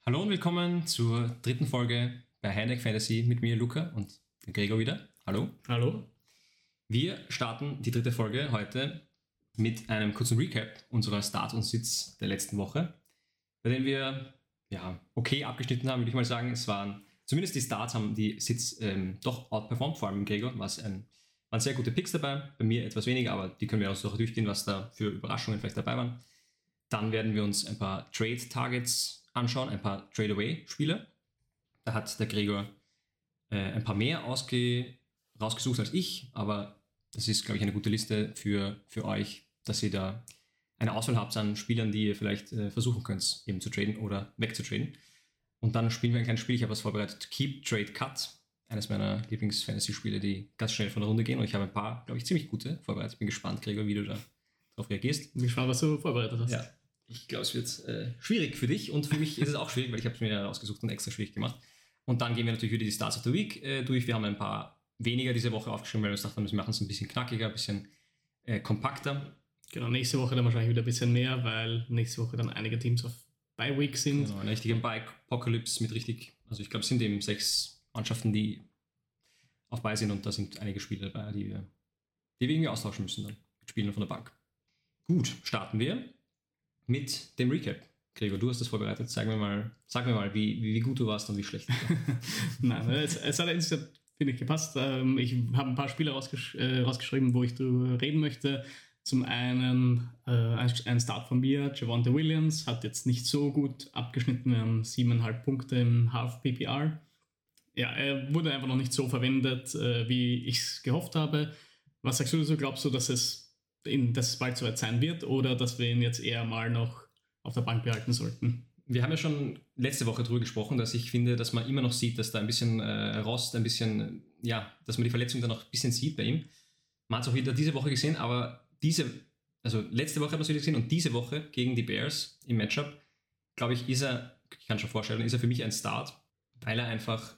Hallo und willkommen zur dritten Folge bei High Fantasy mit mir, Luca, und Gregor wieder. Hallo. Hallo. Wir starten die dritte Folge heute mit einem kurzen Recap unserer Start und Sits der letzten Woche, bei dem wir okay abgeschnitten haben, würde ich mal sagen. Es waren zumindest die Starts, haben die Sits doch outperformed, vor allem im Gregor. Waren sehr gute Picks dabei, bei mir etwas weniger, aber die können wir auch so durchgehen, was da für Überraschungen vielleicht dabei waren. Dann werden wir uns ein paar Trade-Targets anschauen, ein paar Trade-Away-Spiele. Da hat der Gregor ein paar mehr rausgesucht als ich, aber das ist, glaube ich, eine gute Liste für euch, dass ihr da eine Auswahl habt an Spielern, die ihr vielleicht versuchen könnt, eben zu traden oder wegzutraden. Und dann spielen wir ein kleines Spiel, ich habe was vorbereitet, Keep, Trade, Cut. Eines meiner Lieblings-Fantasy-Spiele, die ganz schnell von der Runde gehen. Und ich habe ein paar, glaube ich, ziemlich gute vorbereitet. Ich bin gespannt, Gregor, wie du da drauf reagierst. Bin gespannt, was du vorbereitet hast. Ja, ich glaube, es wird schwierig für dich und für mich ist es auch schwierig, weil ich habe es mir rausgesucht und extra schwierig gemacht. Und dann gehen wir natürlich wieder die Starts of the Week durch. Wir haben ein paar weniger diese Woche aufgeschrieben, weil wir uns dachten, wir machen es ein bisschen knackiger, ein bisschen kompakter. Genau, nächste Woche dann wahrscheinlich wieder ein bisschen mehr, weil nächste Woche dann einige Teams auf Bye-Week sind. Genau, eine richtige Bye-Apocalypse mit also ich glaube, es sind eben 6 Mannschaften, die auf Bye sind und da sind einige Spiele dabei, die wir irgendwie austauschen müssen dann mit Spielen von der Bank. Gut, starten wir mit dem Recap. Gregor, du hast das vorbereitet. Sag mir mal, wie gut du warst und wie schlecht. Nein, es hat insgesamt, finde ich, gepasst. Ich habe ein paar Spiele rausgeschrieben, wo ich drüber reden möchte. Zum einen ein Start von mir, Javonte Williams, hat jetzt nicht so gut abgeschnitten. Wir haben 7,5 Punkte im Half PPR. Ja, er wurde einfach noch nicht so verwendet, wie ich es gehofft habe. Was sagst du dazu? Glaubst du, dass es bald soweit sein wird oder dass wir ihn jetzt eher mal noch auf der Bank behalten sollten? Wir haben ja schon letzte Woche darüber gesprochen, dass ich finde, dass man immer noch sieht, dass da ein bisschen Rost, ein bisschen, dass man die Verletzung dann noch ein bisschen sieht bei ihm. Man hat es auch wieder diese Woche gesehen, aber letzte Woche hat man es wieder gesehen und diese Woche gegen die Bears im Matchup, glaube ich, ich kann schon vorstellen, ist er für mich ein Start, weil er einfach,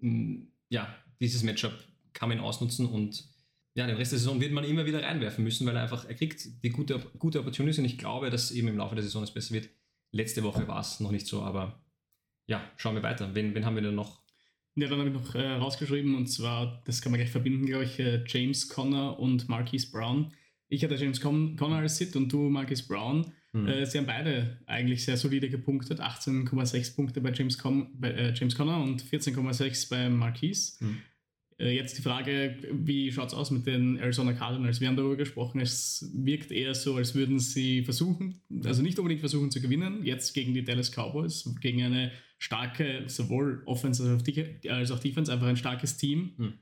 dieses Matchup kann man ausnutzen und den Rest der Saison wird man immer wieder reinwerfen müssen, weil er kriegt die gute Opportunities und ich glaube, dass eben im Laufe der Saison es besser wird. Letzte Woche war es noch nicht so, aber schauen wir weiter. Wen haben wir denn noch? Ja, dann habe ich noch rausgeschrieben und zwar, das kann man gleich verbinden, glaube ich, James Conner und Marquise Brown. Ich hatte James Conner als Sit und du Marquise Brown. Sie haben beide eigentlich sehr solide gepunktet. 18,6 Punkte bei James Conner und 14,6 bei Marquise. Jetzt die Frage, wie schaut es aus mit den Arizona Cardinals? Wir haben darüber gesprochen, es wirkt eher so, als würden sie versuchen, also nicht unbedingt versuchen zu gewinnen, jetzt gegen die Dallas Cowboys, gegen eine starke, sowohl Offense als auch Defense, einfach ein starkes Team.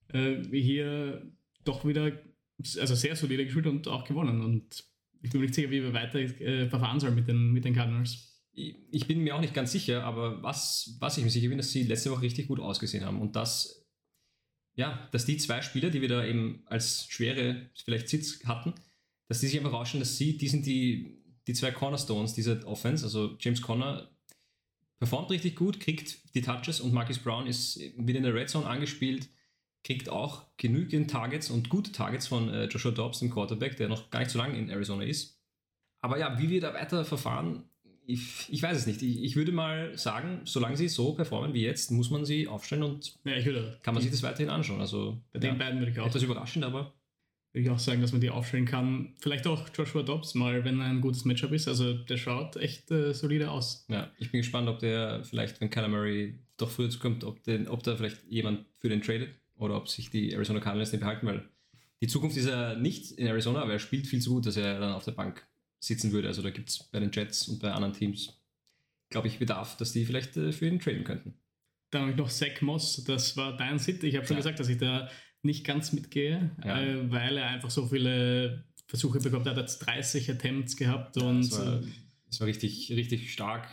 Hier doch wieder sehr solide gespielt und auch gewonnen und ich bin mir nicht sicher, wie wir weiter verfahren sollen mit den Cardinals. Ich bin mir auch nicht ganz sicher, aber was ich mir sicher bin, dass sie letzte Woche richtig gut ausgesehen haben und dass die 2 Spieler, die wir da eben als schwere vielleicht Sitz hatten, dass die sich einfach rausstellen, dass die sind die 2 Cornerstones dieser Offense. Also James Conner performt richtig gut, kriegt die Touches und Marquise Brown ist wieder in der Red Zone angespielt, kriegt auch genügend Targets und gute Targets von Joshua Dobbs, dem Quarterback, der noch gar nicht so lange in Arizona ist. Aber wie wir da weiter verfahren, ich weiß es nicht. Ich würde mal sagen, solange sie so performen wie jetzt, muss man sie aufstellen und kann man sich das weiterhin anschauen. Also bei den beiden würde ich auch. Etwas überraschend, aber würde ich auch sagen, dass man die aufstellen kann. Vielleicht auch Joshua Dobbs mal, wenn ein gutes Matchup ist. Also der schaut echt solide aus. Ja, ich bin gespannt, ob der vielleicht, wenn Kyler Murray doch früher zukommt, ob da vielleicht jemand für den tradet oder ob sich die Arizona Cardinals den behalten, weil die Zukunft ist ja nicht in Arizona, aber er spielt viel zu gut, dass er dann auf der Bank sitzen würde. Also da gibt es bei den Jets und bei anderen Teams, glaube ich, Bedarf, dass die vielleicht für ihn traden könnten. Dann habe ich noch Zach Moss, das war dein Sit. Ich habe schon gesagt, dass ich da nicht ganz mitgehe, weil er einfach so viele Versuche bekommt. Er hat jetzt 30 Attempts gehabt. Und es war richtig, richtig stark.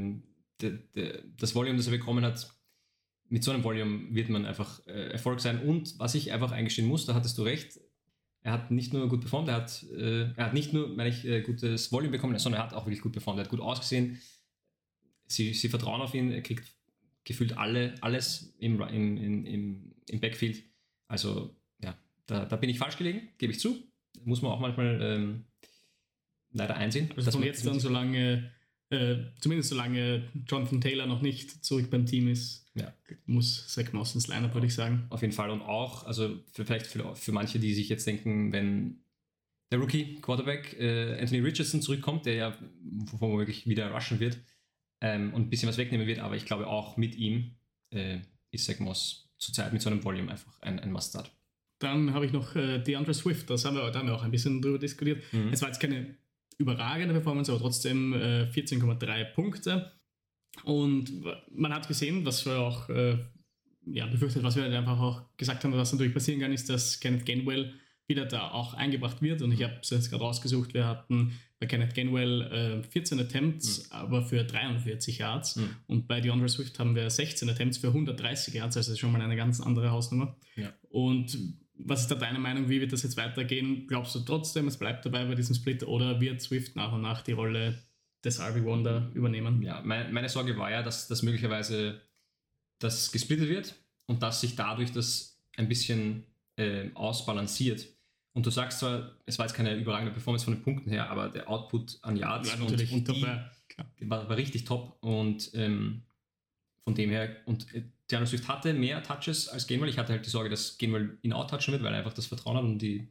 Das Volume, das er bekommen hat, mit so einem Volume wird man einfach Erfolg sein. Und was ich einfach eingestehen muss, da hattest du recht, er hat nicht nur gut performt, er hat nicht nur, gutes Volume bekommen, sondern er hat auch wirklich gut performt. Er hat gut ausgesehen. Sie vertrauen auf ihn, er kriegt gefühlt alles im Backfield. Also, da bin ich falsch gelegen, gebe ich zu. Muss man auch manchmal leider einsehen. Also von jetzt an, solange zumindest solange Jonathan Taylor noch nicht zurück beim Team ist, muss Zach Moss ins Lineup, würde ich sagen. Auf jeden Fall. Und auch, also vielleicht für manche, die sich jetzt denken, wenn der Rookie-Quarterback Anthony Richardson zurückkommt, der ja womöglich wieder rushen wird und ein bisschen was wegnehmen wird, aber ich glaube auch mit ihm ist Zach Moss zurzeit mit so einem Volume einfach ein Must-Start. Dann habe ich noch DeAndre Swift, da haben wir auch ein bisschen drüber diskutiert. Es war jetzt keine überragende Performance, aber trotzdem 14,3 Punkte. Und man hat gesehen, was wir auch befürchtet, was wir einfach auch gesagt haben, was natürlich passieren kann, ist, dass Kenneth Gainwell wieder da auch eingebracht wird. Und ich habe es jetzt gerade rausgesucht, wir hatten bei Kenneth Gainwell 14 Attempts, aber für 43 Yards. Und bei DeAndre Swift haben wir 16 Attempts für 130 Yards, also das ist schon mal eine ganz andere Hausnummer. Ja. Und was ist da deine Meinung, wie wird das jetzt weitergehen? Glaubst du trotzdem, es bleibt dabei bei diesem Split oder wird Swift nach und nach die Rolle des RB1 da übernehmen? Ja, meine Sorge war ja, dass möglicherweise das gesplittet wird und dass sich dadurch das ein bisschen ausbalanciert. Und du sagst zwar, es war jetzt keine überragende Performance von den Punkten her, aber der Output an Yards und die war richtig top. Und von dem her, und DeAndre Swift hatte mehr Touches als Gainwell. Ich hatte halt die Sorge, dass Gainwell ihn outtouchen wird, weil er einfach das Vertrauen hat und die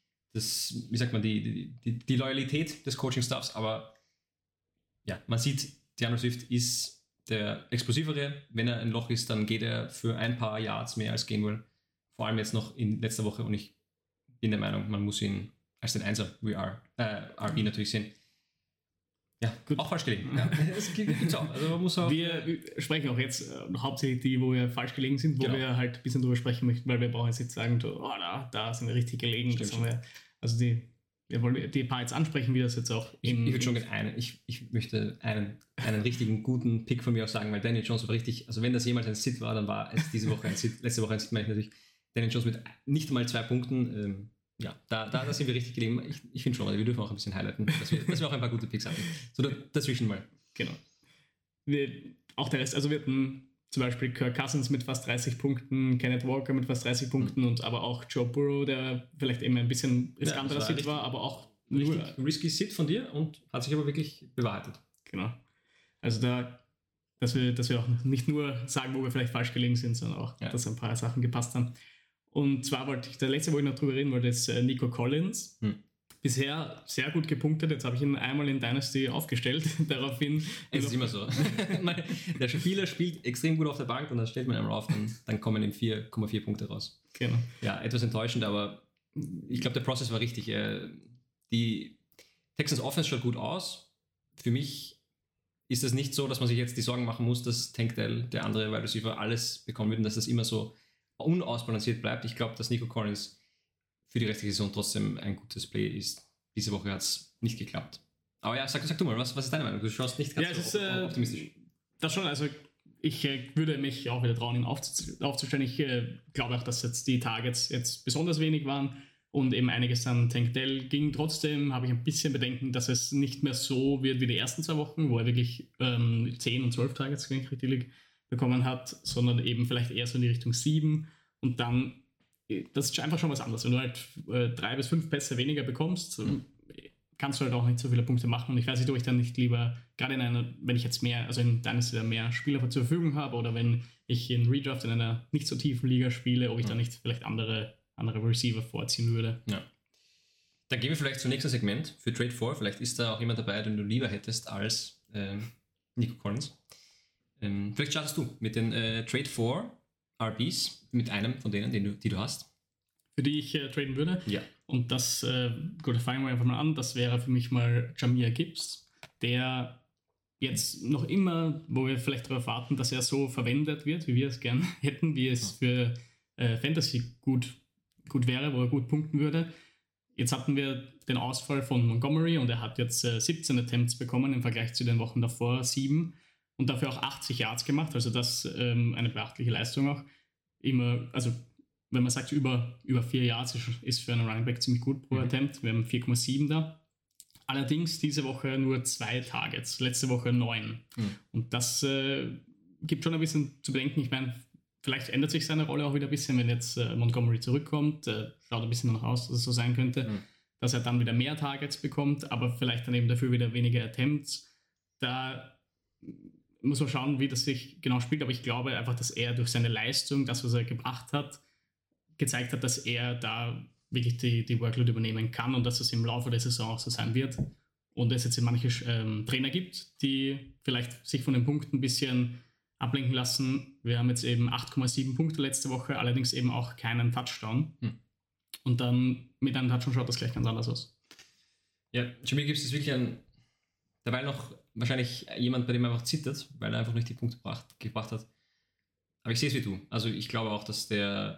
Loyalität des Coaching-Staffs. Aber ja, man sieht, DeAndre Swift ist der Explosivere. Wenn er ein Loch ist, dann geht er für ein paar Yards mehr als Gainwell. Vor allem jetzt noch in letzter Woche. Und ich bin der Meinung, man muss ihn als den 1er RB natürlich sehen. Ja, gut. Auch falsch gelegen. Ja. Es gibt's auch. Also man muss auch wir sprechen auch jetzt hauptsächlich die, wo wir falsch gelegen sind, wo wir halt ein bisschen drüber sprechen möchten, weil wir brauchen jetzt nicht sagen, da sind wir richtig gelegen. Also wir wollen die paar jetzt ansprechen, wie das jetzt auch ich würde schon ich möchte einen richtigen guten Pick von mir auch sagen, weil Daniel Jones war richtig, also wenn das jemals ein Sit war, dann war es diese Woche ein Sit, letzte Woche ein Sit, meine ich natürlich. Daniel Jones mit nicht mal 2 Punkten, da sind wir richtig gelegen. Ich finde schon, wir dürfen auch ein bisschen highlighten, dass wir auch ein paar gute Picks hatten. So dazwischen mal. Genau. Auch der Rest, also wir hatten zum Beispiel Kirk Cousins mit fast 30 Punkten, Kenneth Walker mit fast 30 Punkten und aber auch Joe Burrow, der vielleicht eben ein bisschen riskanterer Sit war, aber auch richtig risky Sit von dir und hat sich aber wirklich bewahrheitet. Genau. Also dass wir auch nicht nur sagen, wo wir vielleicht falsch gelegen sind, sondern auch, dass ein paar Sachen gepasst haben. Und zwar der letzte, wo ich noch drüber reden wollte, ist Nico Collins. Bisher sehr gut gepunktet. Jetzt habe ich ihn einmal in Dynasty aufgestellt. Daraufhin. Es ist immer so. Der Spieler spielt extrem gut auf der Bank und dann stellt man ihn auf und dann kommen ihm 4,4 Punkte raus. Genau. Ja, etwas enttäuschend, aber ich glaube, der Prozess war richtig. Die Texans Offense schaut gut aus. Für mich ist es nicht so, dass man sich jetzt die Sorgen machen muss, dass Tank Dell, der andere Wide Receiver, alles bekommen wird und dass das immer so unausbalanciert bleibt. Ich glaube, dass Nico Collins für die restliche Saison trotzdem ein gutes Play ist. Diese Woche hat es nicht geklappt. Aber ja, sag du mal, was ist deine Meinung? Du schaust nicht ganz optimistisch. Das schon, also ich würde mich auch wieder trauen, ihn aufzustellen. Ich glaube auch, dass jetzt die Targets jetzt besonders wenig waren und eben einiges an Tank Dell ging. Trotzdem habe ich ein bisschen Bedenken, dass es nicht mehr so wird wie die ersten 2 Wochen, wo er wirklich 10 und 12 Targets, wenn ich richtig bekommen hat, sondern eben vielleicht eher so in die Richtung 7 und dann, das ist einfach schon was anderes. Wenn du halt 3 bis 5 Pässe weniger bekommst, kannst du halt auch nicht so viele Punkte machen und ich weiß nicht, ob ich dann nicht lieber, gerade wenn ich jetzt mehr, also in Dynasty mehr Spieler zur Verfügung habe oder wenn ich in Redraft in einer nicht so tiefen Liga spiele, ob ich dann nicht vielleicht andere Receiver vorziehen würde. Ja. Dann gehen wir vielleicht zum nächsten Segment für Trade 4. Vielleicht ist da auch jemand dabei, den du lieber hättest als Nico Collins. Vielleicht startest du mit den Trade 4 RBs, mit einem von denen, die du hast. Für die ich traden würde? Ja. Und das, gut, fangen wir einfach mal an, das wäre für mich mal Jahmyr Gibbs, der jetzt noch immer, wo wir vielleicht darauf warten, dass er so verwendet wird, wie wir es gern hätten, wie es für Fantasy gut wäre, wo er gut punkten würde. Jetzt hatten wir den Ausfall von Montgomery und er hat jetzt 17 Attempts bekommen im Vergleich zu den Wochen davor 7. Und dafür auch 80 Yards gemacht, also das eine beachtliche Leistung auch. Immer, also wenn man sagt, über 4 Yards ist für einen Running Back ziemlich gut pro Attempt. Wir haben 4,7 da. Allerdings diese Woche nur 2 Targets, letzte Woche 9. Und das gibt schon ein bisschen zu bedenken. Ich meine, vielleicht ändert sich seine Rolle auch wieder ein bisschen, wenn jetzt Montgomery zurückkommt. Schaut ein bisschen danach aus, dass es so sein könnte, dass er dann wieder mehr Targets bekommt, aber vielleicht dann eben dafür wieder weniger Attempts. da muss man schauen, wie das sich genau spielt, aber ich glaube einfach, dass er durch seine Leistung, das, was er gebracht hat, gezeigt hat, dass er da wirklich die Workload übernehmen kann und dass es im Laufe der Saison auch so sein wird. Und es jetzt manche Trainer gibt, die vielleicht sich von den Punkten ein bisschen ablenken lassen. Wir haben jetzt eben 8,7 Punkte letzte Woche, allerdings eben auch keinen Touchdown. Und dann mit einem Touchdown schaut das gleich ganz anders aus. Ja, für mich gibt es wirklich dabei noch wahrscheinlich jemand, bei dem er einfach zittert, weil er einfach nicht die Punkte gebracht hat. Aber ich sehe es wie du. Also ich glaube auch, dass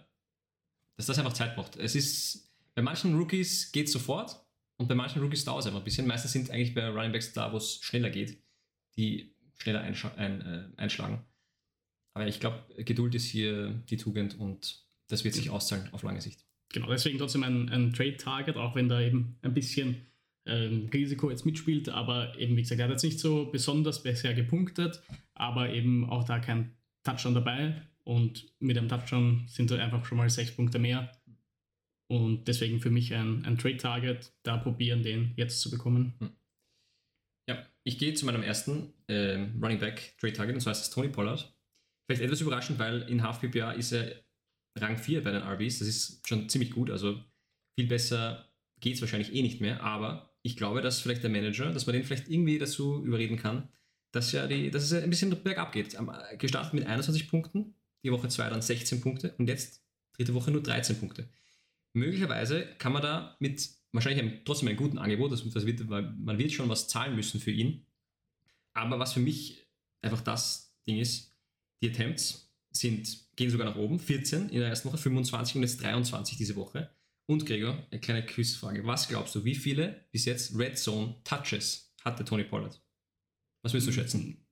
das einfach Zeit braucht. Es ist, bei manchen Rookies geht es sofort und bei manchen Rookies dauert es einfach ein bisschen. Meistens sind eigentlich bei Running Backs da, wo es schneller geht, die schneller einschlagen. Aber ich glaube, Geduld ist hier die Tugend und das wird sich auszahlen auf lange Sicht. Genau, deswegen trotzdem ein Trade-Target, auch wenn da eben ein bisschen Risiko jetzt mitspielt, aber eben, wie gesagt, er hat jetzt nicht so besonders bisher gepunktet, aber eben auch da kein Touchdown dabei und mit einem Touchdown sind da einfach schon mal 6 Punkte mehr und deswegen für mich ein Trade-Target, da probieren, den jetzt zu bekommen. Ja, ich gehe zu meinem ersten Running Back Trade-Target und zwar ist es Tony Pollard. Vielleicht etwas überraschend, weil in Half-PPA ist er Rang 4 bei den RBs, das ist schon ziemlich gut, also viel besser geht es wahrscheinlich eh nicht mehr, aber ich glaube, dass vielleicht der Manager, dass man den vielleicht irgendwie dazu überreden kann, dass es ein bisschen bergab geht. Gestartet mit 21 Punkten, die Woche 2 dann 16 Punkte und jetzt dritte Woche nur 13 Punkte. Möglicherweise kann man da mit wahrscheinlich trotzdem einem guten Angebot, man wird schon was zahlen müssen für ihn, aber was für mich einfach das Ding ist, die Attempts gehen sogar nach oben, 14 in der ersten Woche, 25 und jetzt 23 diese Woche. Und Gregor, eine kleine Quizfrage. Was glaubst du, wie viele bis jetzt Red Zone Touches hatte Tony Pollard? Was willst du schätzen?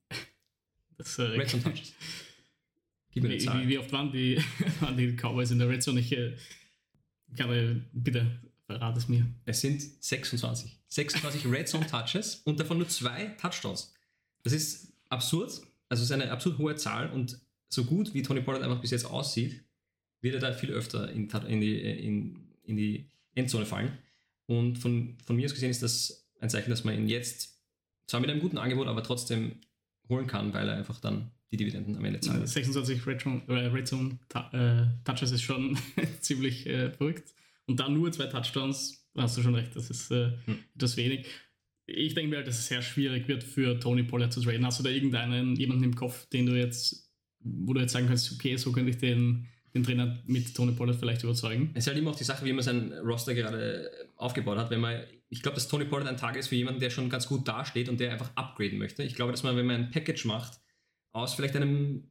Red Zone Touches. Gib mir eine Zahl. Wie oft waren die Cowboys in der Red Zone? Bitte verrate es mir. Es sind 26. 26 Red Zone Touches und davon nur 2 Touchdowns. Das ist absurd. Also es ist eine absurd hohe Zahl und so gut wie Tony Pollard einfach bis jetzt aussieht, wird er da viel öfter in die Endzone fallen. Und von mir aus gesehen ist das ein Zeichen, dass man ihn jetzt zwar mit einem guten Angebot, aber trotzdem holen kann, weil er einfach dann die Dividenden am Ende zahlt. 26 Red Zone Touches ist schon ziemlich verrückt. Und dann nur 2 Touchdowns, hast du schon recht, das ist etwas wenig. Ich denke mir, dass es sehr schwierig wird für Tony Pollard zu traden. Hast du da jemanden im Kopf, wo du jetzt sagen kannst, okay, so könnte ich den Trainer mit Tony Pollard vielleicht überzeugen? Es ist halt immer auch die Sache, wie man sein Roster gerade aufgebaut hat. Ich glaube, dass Tony Pollard ein Tag ist für jemanden, der schon ganz gut dasteht und der einfach upgraden möchte. Ich glaube, dass man, wenn man ein Package macht, aus vielleicht einem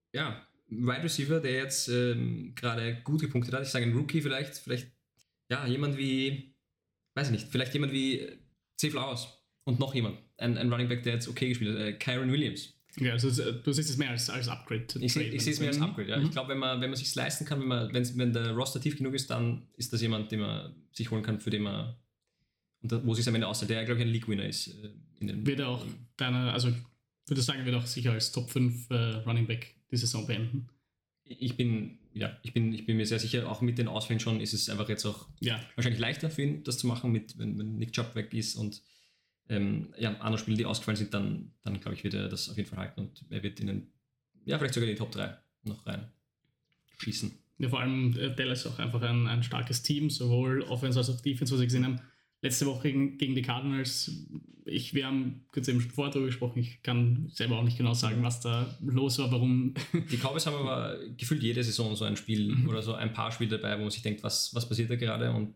Wide Receiver, der jetzt gerade gut gepunktet hat, ich sage ein Rookie vielleicht jemand wie, weiß ich nicht, vielleicht jemand wie C. Flowers und noch jemand, ein Running Back, der jetzt okay gespielt hat, Kyron Williams. Ja, also du siehst es mehr als Upgrade. Ich sehe es mehr als Upgrade, ja. Ich glaube, wenn man es sich leisten kann, wenn der Roster tief genug ist, dann ist das jemand, den man sich holen kann, für den man, wo es sich am Ende aussieht, der, glaube ich, ein League-Winner ist. Wird er auch würde sagen, wird auch sicher als Top 5 Running Back die Saison beenden. Ich bin mir sehr sicher, auch mit den Ausfällen schon ist es einfach jetzt auch wahrscheinlich leichter für ihn, das zu machen, wenn Nick Chubb weg ist und andere Spiele, die ausgefallen sind, dann glaube ich, wird er das auf jeden Fall halten und er wird vielleicht sogar in die Top 3 noch rein schießen. Ja, vor allem Dallas ist auch einfach ein starkes Team, sowohl Offense als auch Defense, was wir gesehen haben. Letzte Woche gegen die Cardinals, wir haben kurz eben vorher darüber gesprochen, ich kann selber auch nicht genau sagen, was da los war, warum. Die Cowboys haben aber gefühlt jede Saison so ein Spiel oder so ein paar Spiele dabei, wo man sich denkt, was passiert da gerade, und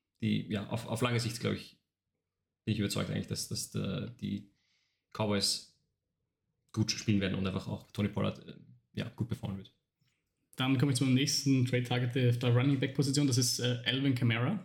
auf lange Sicht, glaube ich, bin ich überzeugt eigentlich, dass die Cowboys gut spielen werden und einfach auch Tony Pollard gut performen wird. Dann komme ich zum nächsten Trade-Target auf der Running Back-Position, das ist Alvin Kamara.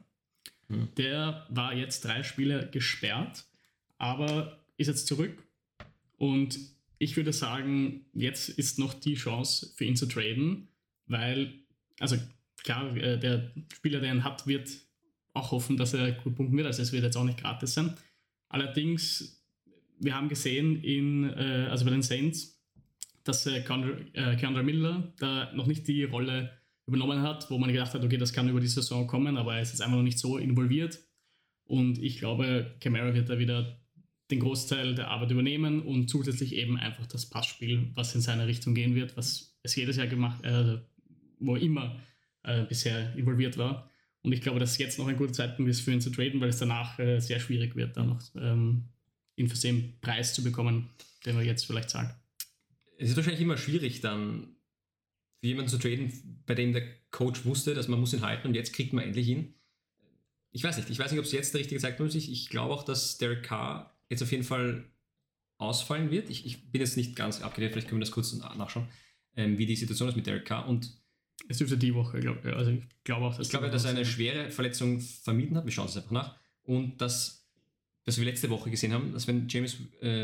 Der war jetzt 3 Spiele gesperrt, aber ist jetzt zurück und ich würde sagen, jetzt ist noch die Chance für ihn zu traden, weil, also klar, der Spieler, der ihn hat, wird auch hoffen, dass er gut punkten wird, also es wird jetzt auch nicht gratis sein. Allerdings, wir haben gesehen bei den Saints, dass Keandre Miller da noch nicht die Rolle übernommen hat, wo man gedacht hat, okay, das kann über die Saison kommen, aber er ist jetzt einfach noch nicht so involviert und ich glaube, Kamara wird da wieder den Großteil der Arbeit übernehmen und zusätzlich eben einfach das Passspiel, was in seine Richtung gehen wird, was es jedes Jahr gemacht, wo er immer bisher involviert war. Und ich glaube, dass jetzt noch ein guter Zeitpunkt ist für ihn zu traden, weil es danach sehr schwierig wird, dann noch ihn für den Preis zu bekommen, den er jetzt vielleicht zahlt. Es ist wahrscheinlich immer schwierig, dann für jemanden zu traden, bei dem der Coach wusste, dass man muss ihn halten und jetzt kriegt man endlich ihn. Ich weiß nicht, ob es jetzt der richtige Zeitpunkt ist. Ich glaube auch, dass Derek Carr jetzt auf jeden Fall ausfallen wird. Ich bin jetzt nicht ganz abgeklärt, vielleicht können wir das kurz nachschauen, wie die Situation ist mit Derek Carr. Und es dürfte die Woche, also ich glaube auch, dass er eine schwere Verletzung vermieden hat. Wir schauen es einfach nach. Und dass wir letzte Woche gesehen haben, dass wenn Jameis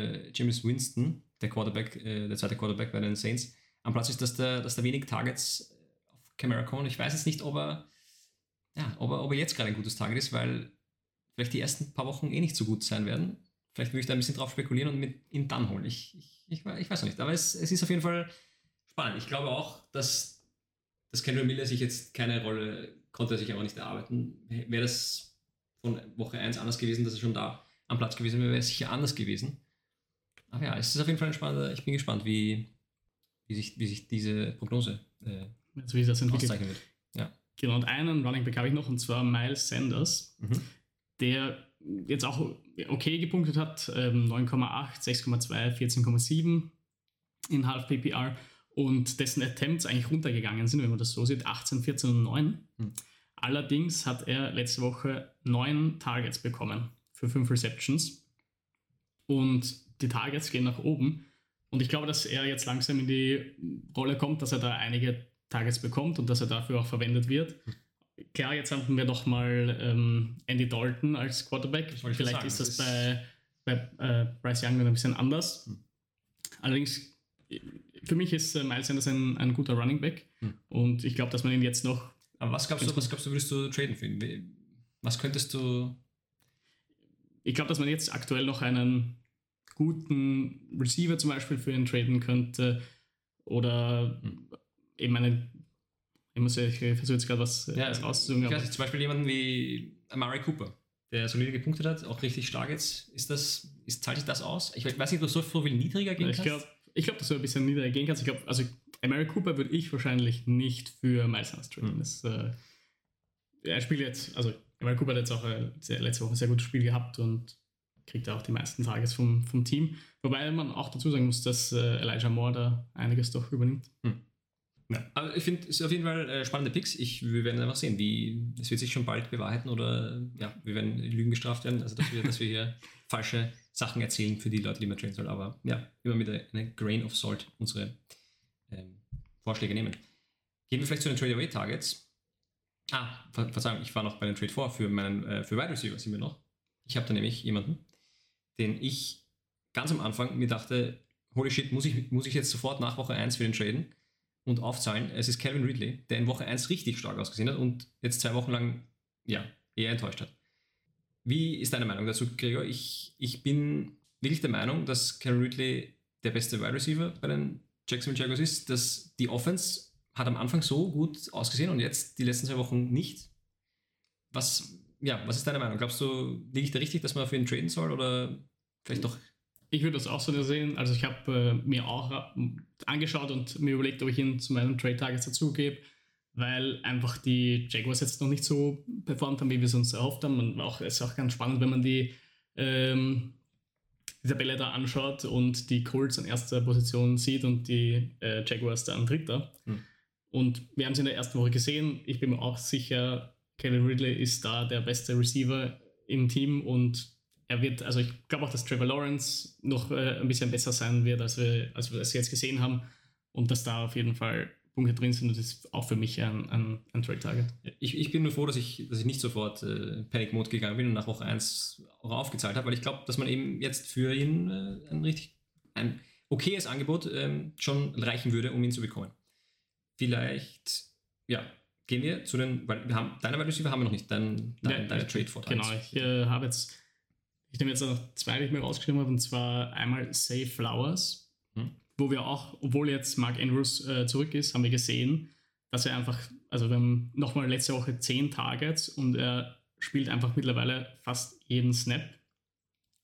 Winston, der zweite Quarterback bei den Saints, am Platz ist, dass da wenig Targets auf Kamara kommen. Ich weiß jetzt nicht, ob er jetzt gerade ein gutes Target ist, weil vielleicht die ersten paar Wochen nicht so gut sein werden. Vielleicht würde ich da ein bisschen drauf spekulieren und ihn dann holen. Ich weiß noch nicht, aber es ist auf jeden Fall spannend. Ich glaube auch, dass Kendall Miller sich jetzt keine Rolle, konnte er sich aber nicht erarbeiten. Wäre das von Woche 1 anders gewesen, dass er schon da am Platz gewesen wäre, wäre es sicher anders gewesen. Aber ja, es ist auf jeden Fall ein spannender. Ich bin gespannt, wie sich diese Prognose wie das auszeichnen wird. Ja. Genau, und einen Running Back habe ich noch, und zwar Miles Sanders, der jetzt auch okay gepunktet hat, 9,8, 6,2, 14,7 in Half PPR und dessen Attempts eigentlich runtergegangen sind, wenn man das so sieht, 18, 14 und 9. Allerdings hat er letzte Woche 9 Targets bekommen für 5 Receptions und die Targets gehen nach oben und ich glaube, dass er jetzt langsam in die Rolle kommt, dass er da einige Targets bekommt und dass er dafür auch verwendet wird. Klar, jetzt haben wir noch mal Andy Dalton als Quarterback. Vielleicht ist das bei Bryce Young ein bisschen anders. Allerdings, für mich ist Miles Sanders ein guter Running Back und ich glaube, dass man ihn jetzt noch... Aber was glaubst du, würdest du traden für ihn? Was könntest du... Ich glaube, dass man jetzt aktuell noch einen guten Receiver zum Beispiel für ihn traden könnte oder eben ich versuche jetzt gerade was rauszusuchen. Ich weiß nicht, zum Beispiel jemanden wie Amari Cooper, der solide gepunktet hat, auch richtig stark jetzt. Zahlt sich das aus? Ich weiß nicht, ob du so viel niedriger gehen kannst. Ich glaube, dass du ein bisschen niedriger gehen kannst. Also Amari Cooper würde ich wahrscheinlich nicht für Miles Sanders traden. Er spielt jetzt, also Amari Cooper hat jetzt auch letzte Woche ein sehr gutes Spiel gehabt und kriegt auch die meisten Tages vom Team. Wobei man auch dazu sagen muss, dass Elijah Moore da einiges doch übernimmt. Ja. Aber ich finde, es ist auf jeden Fall spannende Picks. Wir werden einfach sehen, es wird sich schon bald bewahrheiten oder wir werden Lügen gestraft werden, also dass wir hier falsche Sachen erzählen für die Leute, die man trainen sollen. Aber ja, immer mit einer Grain of Salt unsere Vorschläge nehmen. Gehen wir vielleicht zu den Trade-Away-Targets. Verzeihung, ich war noch bei den Trade-4 für Wide Receiver sind wir noch. Ich habe da nämlich jemanden, den ich ganz am Anfang mir dachte, holy shit, muss ich jetzt sofort nach Woche 1 für den traden und aufzahlen. Es ist Calvin Ridley, der in Woche 1 richtig stark ausgesehen hat und jetzt 2 Wochen lang eher enttäuscht hat. Wie ist deine Meinung dazu, Gregor? Ich bin wirklich der Meinung, dass Calvin Ridley der beste Wide Receiver bei den Jacksonville Jaguars ist, dass die Offense hat am Anfang so gut ausgesehen und jetzt die letzten 2 Wochen nicht. Was ist deine Meinung? Glaubst du, liege ich da richtig, dass man für ihn traden soll oder vielleicht doch? Ich würde das auch so sehen. Also ich habe mir auch angeschaut und mir überlegt, ob ich ihn zu meinen Trade-Targets dazugebe, weil einfach die Jaguars jetzt noch nicht so performt haben, wie wir es uns erhofft haben. Und es ist auch ganz spannend, wenn man die Tabelle da anschaut und die Colts an erster Position sieht und die Jaguars da an dritter. Und wir haben es in der ersten Woche gesehen. Ich bin mir auch sicher, Calvin Ridley ist da der beste Receiver im Team und ich glaube auch, dass Trevor Lawrence noch ein bisschen besser sein wird, als wir das jetzt gesehen haben und dass da auf jeden Fall Punkte drin sind und das ist auch für mich ein Trade-Target. Ich bin nur froh, dass ich nicht sofort Panic-Mode gegangen bin und nach Woche 1 auch aufgezahlt habe, weil ich glaube, dass man eben jetzt für ihn ein okayes Angebot schon reichen würde, um ihn zu bekommen. Vielleicht, gehen wir zu den, weil deine Wide Receiver haben wir noch nicht, deine Trade-Vorteile. Genau, ich nehme jetzt noch 2, die ich mir rausgeschrieben habe, und zwar einmal Zay Flowers, wo wir auch, obwohl jetzt Mark Andrews zurück ist, haben wir gesehen, dass er einfach, also wir haben nochmal letzte Woche 10 Targets und er spielt einfach mittlerweile fast jeden Snap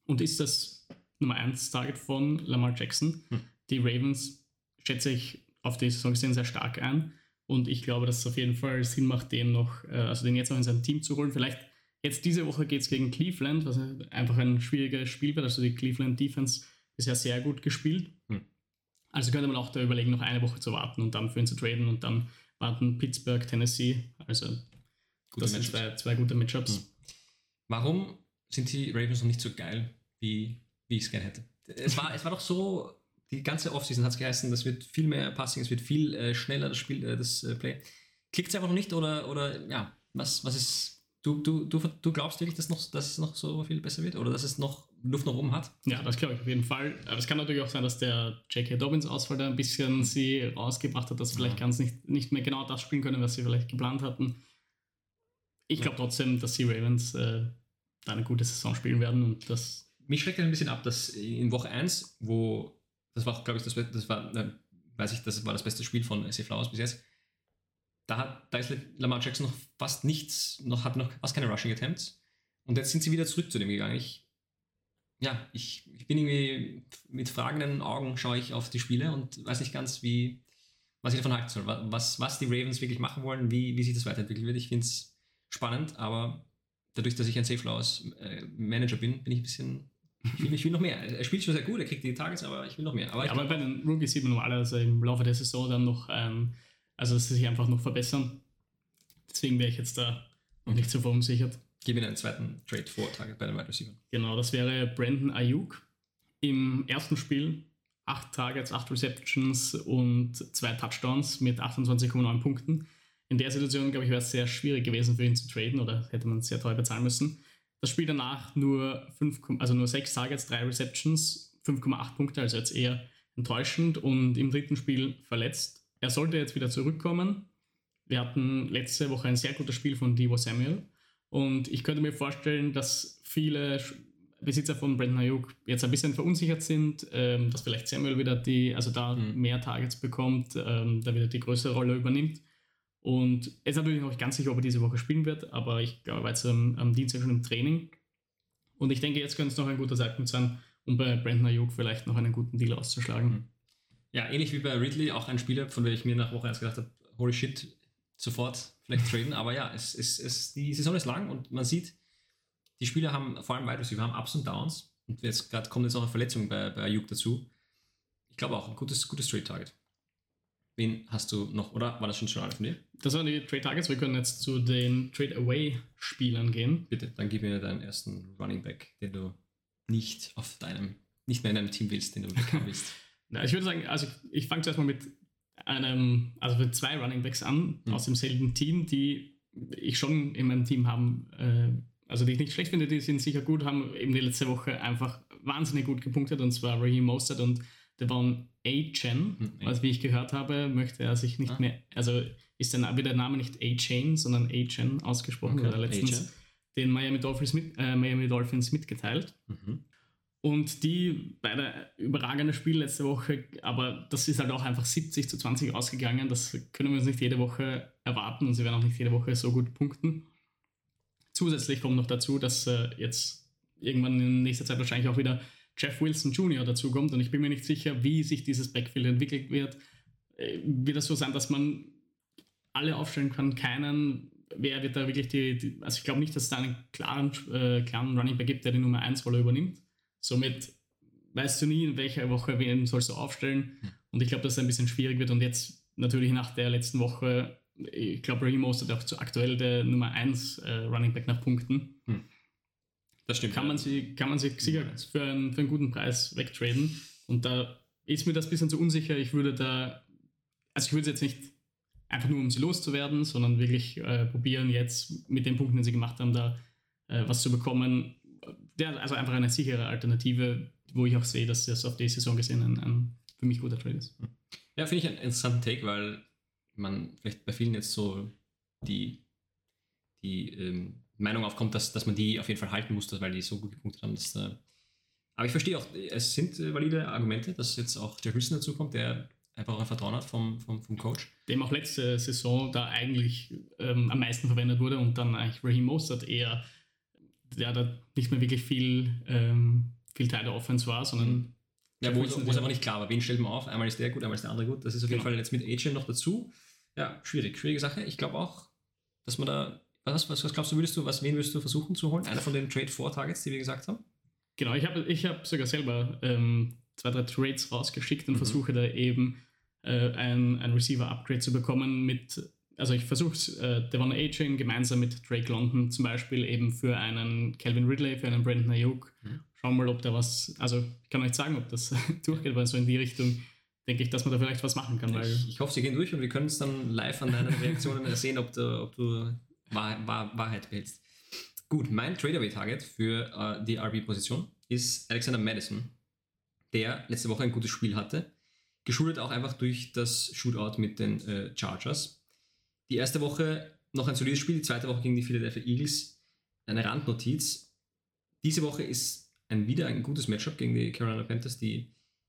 und ist das Nummer 1 Target von Lamar Jackson. Die Ravens schätze ich auf die Saison gesehen sehr stark ein und ich glaube, dass es auf jeden Fall Sinn macht, den jetzt noch in sein Team zu holen. Vielleicht jetzt diese Woche geht es gegen Cleveland, was einfach ein schwieriges Spiel wird. Also die Cleveland Defense bisher sehr gut gespielt. Also könnte man auch da überlegen, noch eine Woche zu warten und dann für ihn zu traden und dann warten Pittsburgh, Tennessee. Also das sind zwei gute Matchups. Warum sind die Ravens noch nicht so geil, wie ich es gerne hätte? Es war doch so, die ganze Offseason hat es geheißen, das wird viel mehr Passing, es wird viel schneller das Spiel, das Play. Klickt es einfach noch nicht oder ja, was ist, du glaubst wirklich, dass es noch so viel besser wird oder dass es noch Luft nach oben hat? Ja, das glaube ich auf jeden Fall. Aber es kann natürlich auch sein, dass der J.K. Dobbins-Ausfall da ein bisschen sie rausgebracht hat, dass vielleicht ganz nicht mehr genau das spielen können, was sie vielleicht geplant hatten. Ich glaube trotzdem, dass die Ravens da eine gute Saison spielen werden und das. Mich schreckt ein bisschen ab, dass in Woche 1, wo das war, glaube ich, das war das beste Spiel von SC Flowers bis jetzt, da ist Lamar Jackson noch fast nichts, hat noch fast keine Rushing Attempts und jetzt sind sie wieder zurück zu dem gegangen. Ich bin irgendwie mit fragenden Augen schaue ich auf die Spiele und weiß nicht ganz, was ich davon halten soll, was die Ravens wirklich machen wollen, wie sich das weiterentwickeln wird. Ich finde es spannend, aber dadurch, dass ich ein Safe Flowers Manager bin ich ein bisschen. Ich will noch mehr. Er spielt schon sehr gut, er kriegt die Targets, aber ich will noch mehr. Aber bei den Rookies sieht man normalerweise im Laufe der Saison dann noch, dass sie sich einfach noch verbessern. Deswegen wäre ich jetzt da noch nicht so verunsichert. Gib ihm einen zweiten Trade vor Target bei den Wide Receivers. Genau, das wäre Brandon Ayuk. Im ersten Spiel 8 Targets, 8 Receptions und 2 Touchdowns mit 28,9 Punkten. In der Situation, glaube ich, wäre es sehr schwierig gewesen für ihn zu traden oder hätte man sehr teuer bezahlen müssen. Das Spiel danach nur 6 Targets, 3 Receptions, 5,8 Punkte, also jetzt eher enttäuschend und im dritten Spiel verletzt. Er sollte jetzt wieder zurückkommen. Wir hatten letzte Woche ein sehr gutes Spiel von Deebo Samuel und ich könnte mir vorstellen, dass viele Besitzer von Brandon Ayuk jetzt ein bisschen verunsichert sind, dass vielleicht Samuel wieder mehr Targets bekommt, da wieder die größere Rolle übernimmt. Und es ist natürlich noch nicht ganz sicher, ob er diese Woche spielen wird, aber ich glaube, er war jetzt am Dienstag schon im Training. Und ich denke, jetzt könnte es noch ein guter Zeitpunkt sein, um bei Brandon Ayuk vielleicht noch einen guten Deal auszuschlagen. Ja, ähnlich wie bei Ridley, auch ein Spieler, von dem ich mir nach Woche 1 gedacht habe, holy shit, sofort vielleicht traden. Aber ja, die Saison ist lang und man sieht, die Spieler haben, vor allem Wide Receiver, haben Ups und Downs. Und kommt jetzt auch eine Verletzung bei Ayuk dazu. Ich glaube auch, ein gutes Trade-Target. Wen hast du noch, oder war das schon alle von dir? Das waren die Trade Targets. Wir können jetzt zu den Trade Away Spielern gehen. Bitte, dann gib mir deinen ersten Running Back, den du nicht mehr in deinem Team willst, den du bekommen willst. Ja, ich würde sagen, also ich fange zuerst mal mit mit 2 Running Backs an, aus demselben Team, die ich schon in meinem Team haben, die ich nicht schlecht finde, die sind sicher gut, haben eben die letzte Woche einfach wahnsinnig gut gepunktet, und zwar Raheem Mostert und Devon A-Chain. Also wie ich gehört habe, möchte er sich nicht mehr, also wird der Name nicht A-Chain, sondern A-Chain ausgesprochen, oder letztens den Miami Dolphins mitgeteilt. Und die beide überragende Spiele letzte Woche, aber das ist halt auch einfach 70-20 ausgegangen. Das können wir uns nicht jede Woche erwarten und sie werden auch nicht jede Woche so gut punkten. Zusätzlich kommt noch dazu, dass jetzt irgendwann in nächster Zeit wahrscheinlich auch wieder Jeff Wilson Jr. dazukommt und ich bin mir nicht sicher, wie sich dieses Backfield entwickelt wird. Wird das so sein, dass man alle aufstellen kann, keinen? Wer wird da wirklich also ich glaube nicht, dass es da einen klaren Running Back gibt, der die Nummer 1 Rolle übernimmt. Somit weißt du nie, in welcher Woche wen sollst du aufstellen. Und ich glaube, dass es ein bisschen schwierig wird. Und jetzt natürlich nach der letzten Woche, ich glaube, Raheem Mostert auch aktuell der Nummer 1 Running Back nach Punkten. Das stimmt. Kann man sich sicher für einen guten Preis wegtraden. Und da ist mir das ein bisschen zu unsicher. Ich würde es jetzt nicht einfach nur, um sie loszuwerden, sondern wirklich probieren, jetzt mit den Punkten, die sie gemacht haben, da was zu bekommen. Also einfach eine sichere Alternative, wo ich auch sehe, dass das auf die Saison gesehen ein für mich guter Trade ist. Ja, finde ich einen interessanten Take, weil man vielleicht bei vielen jetzt so die Meinung aufkommt, dass man die auf jeden Fall halten muss, weil die so gut gepunktet haben. Aber ich verstehe auch, es sind valide Argumente, dass jetzt auch Jeff Wilson dazu kommt, der einfach auch ein Vertrauen hat vom Coach. Dem auch letzte Saison da eigentlich am meisten verwendet wurde und dann eigentlich Raheem Mostert eher der da nicht mehr wirklich viel Teil der Offense war, sondern ja, wo es einfach nicht klar war, wen stellt man auf? Einmal ist der gut, einmal ist der andere gut. Das ist auf jeden Fall jetzt mit AJ noch dazu. Ja, schwierige Sache. Ich glaube auch, dass man da, was glaubst du, wen würdest du versuchen zu holen? Einer von den Trade-4-Targets, die wir gesagt haben? Genau, ich hab sogar selber 2-3 Trades rausgeschickt und versuche da eben ein Receiver-Upgrade zu bekommen also ich versuche es Devon Achane gemeinsam mit Drake London zum Beispiel eben für einen Calvin Ridley, für einen Brandon Ayuk. Schauen wir mal, ob da was, also ich kann euch sagen, ob das durchgeht, weil so in die Richtung denke ich, dass man da vielleicht was machen kann. Weil ich hoffe, sie gehen durch und wir können es dann live an deinen Reaktionen sehen, ob du Wahrheit behältst. Gut, mein Trade-Away-Target für die RB-Position ist Alexander Mattison, der letzte Woche ein gutes Spiel hatte, geschuldet auch einfach durch das Shootout mit den Chargers. Die erste Woche noch ein solides Spiel, die zweite Woche gegen die Philadelphia Eagles. Eine Randnotiz. Diese Woche ist wieder ein gutes Matchup gegen die Carolina Panthers, die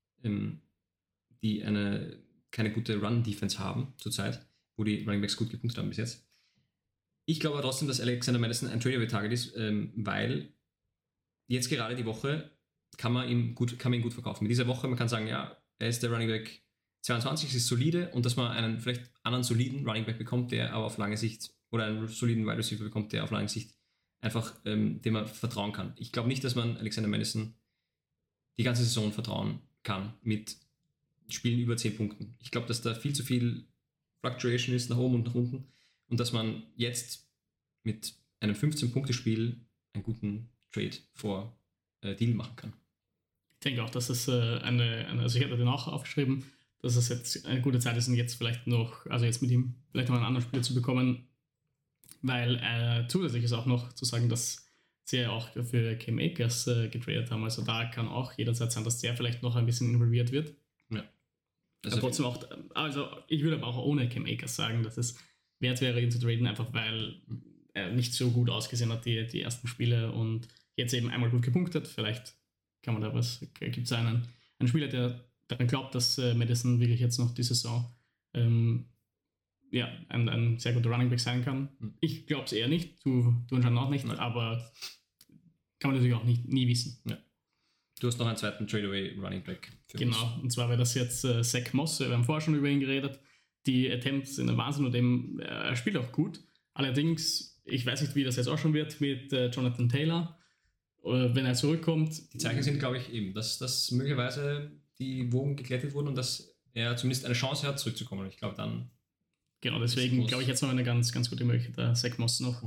keine gute Run-Defense haben zurzeit, wo die Running Backs gut gepunktet haben bis jetzt. Ich glaube aber trotzdem, dass Alexander Mattison ein Trade-Away-Target ist, weil jetzt gerade die Woche kann man ihn gut verkaufen. Mit dieser Woche, man kann sagen, ja, er ist der Running Back 22, ist solide, und dass man einen vielleicht anderen soliden Running Back bekommt, der aber auf lange Sicht, oder einen soliden Wide Receiver bekommt, der auf lange Sicht einfach dem man vertrauen kann. Ich glaube nicht, dass man Alexander Mattison die ganze Saison vertrauen kann mit Spielen über 10 Punkten. Ich glaube, dass da viel zu viel Fluctuation ist nach oben und nach unten, und dass man jetzt mit einem 15-Punkte-Spiel einen guten Trade vor Deal machen kann. Ich denke auch, dass das also ich hatte den auch aufgeschrieben, dass es jetzt eine gute Zeit ist, und jetzt vielleicht noch, also jetzt mit ihm vielleicht noch einen anderen Spieler zu bekommen, weil zusätzlich ist auch noch zu sagen, dass sie ja auch für Cam Akers getradet haben. Also da kann auch jederzeit sein, dass der vielleicht noch ein bisschen involviert wird. Ja. Also trotzdem auch, also ich würde aber auch ohne Cam Akers sagen, dass es wert wäre, ihn zu traden, einfach weil er nicht so gut ausgesehen hat, die ersten Spiele, und jetzt eben einmal gut gepunktet. Vielleicht kann man da gibt es einen Spieler, der daran glaubt, dass Mattison wirklich jetzt noch die Saison ein sehr guter Running Back sein kann. Ich glaube es eher nicht, du anscheinend auch nicht, aber kann man natürlich auch nie wissen. Ja. Du hast noch einen zweiten Trade-Away Running Back. Genau, und zwar wäre das jetzt Zach Moss, wir haben vorher schon über ihn geredet. Die Attempts sind ein Wahnsinn, und er spielt auch gut. Allerdings, ich weiß nicht, wie das jetzt auch schon wird mit Jonathan Taylor, wenn er zurückkommt. Die Zeichen sind, glaube ich, eben, dass möglicherweise die Wogen geglättet wurden und dass er zumindest eine Chance hat, zurückzukommen. Und ich glaube dann... Genau, deswegen glaube ich jetzt noch eine ganz, ganz gute Möglichkeit, Zach Moss noch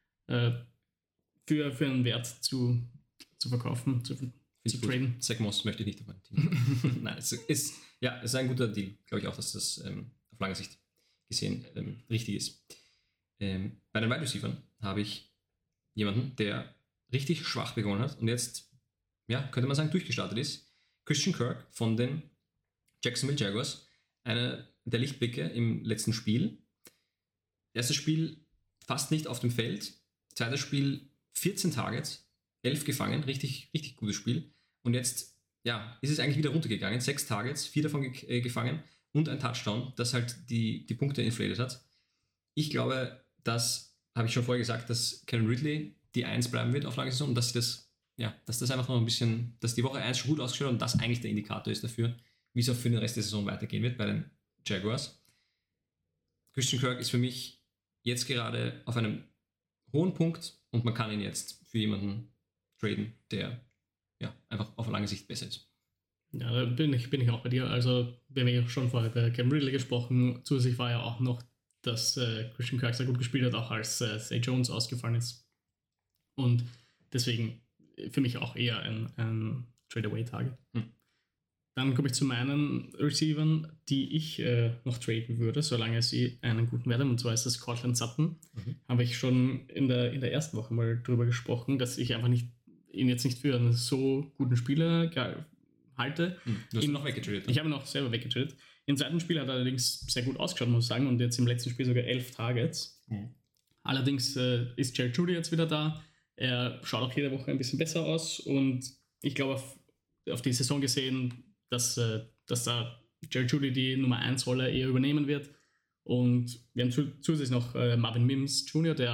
für einen Wert zu verkaufen, zu traden. Zach Moss möchte ich nicht auf mein Team. Nein, es ist ein guter Deal. Glaube ich auch, dass das auf lange Sicht gesehen richtig ist. Bei den Wide Receivers habe ich jemanden, der richtig schwach begonnen hat und jetzt, könnte man sagen, durchgestartet ist. Christian Kirk von den Jacksonville Jaguars. Einer der Lichtblicke im letzten Spiel. Erstes Spiel fast nicht auf dem Feld. Zweites Spiel 14 Targets, 11 gefangen. Richtig, richtig gutes Spiel. Und jetzt, ist es eigentlich wieder runtergegangen. 6 Targets, 4 davon gefangen und ein Touchdown, das halt die Punkte inflated hat. Ich glaube, das habe ich schon vorher gesagt, dass Calvin Ridley die 1 bleiben wird auf lange Saison, und dass das einfach noch ein bisschen, dass die Woche 1 schon gut ausgeschaut hat und das eigentlich der Indikator ist dafür, wie es auch für den Rest der Saison weitergehen wird bei den Jaguars. Christian Kirk ist für mich jetzt gerade auf einem hohen Punkt, und man kann ihn jetzt für jemanden traden, der einfach auf lange Sicht besser ist. Ja, da bin ich auch bei dir. Also, wir haben ja schon vorher bei Cam Ridley gesprochen. Zusätzlich war ja auch noch, dass Christian Kirk sehr gut gespielt hat, auch als Zay Jones ausgefallen ist. Und deswegen für mich auch eher ein Trade-Away-Target. Dann komme ich zu meinen Receivern, die ich noch traden würde, solange sie einen guten Wert haben. Und zwar ist das Courtland Sutton. Habe ich schon in der ersten Woche mal drüber gesprochen, dass ich einfach ihn jetzt nicht für einen so guten Spieler halte. Du hast ihn noch weggetradet. Ich habe ihn noch selber weggetradet. Im zweiten Spiel hat er allerdings sehr gut ausgeschaut, muss ich sagen. Und jetzt im letzten Spiel sogar 11 Targets. Allerdings ist Jerry Jeudy jetzt wieder da. Er schaut auch jede Woche ein bisschen besser aus. Und ich glaube, auf die Saison gesehen, dass da Jerry Jeudy die Nummer 1 Rolle eher übernehmen wird. Und wir haben zusätzlich noch Marvin Mims Jr., der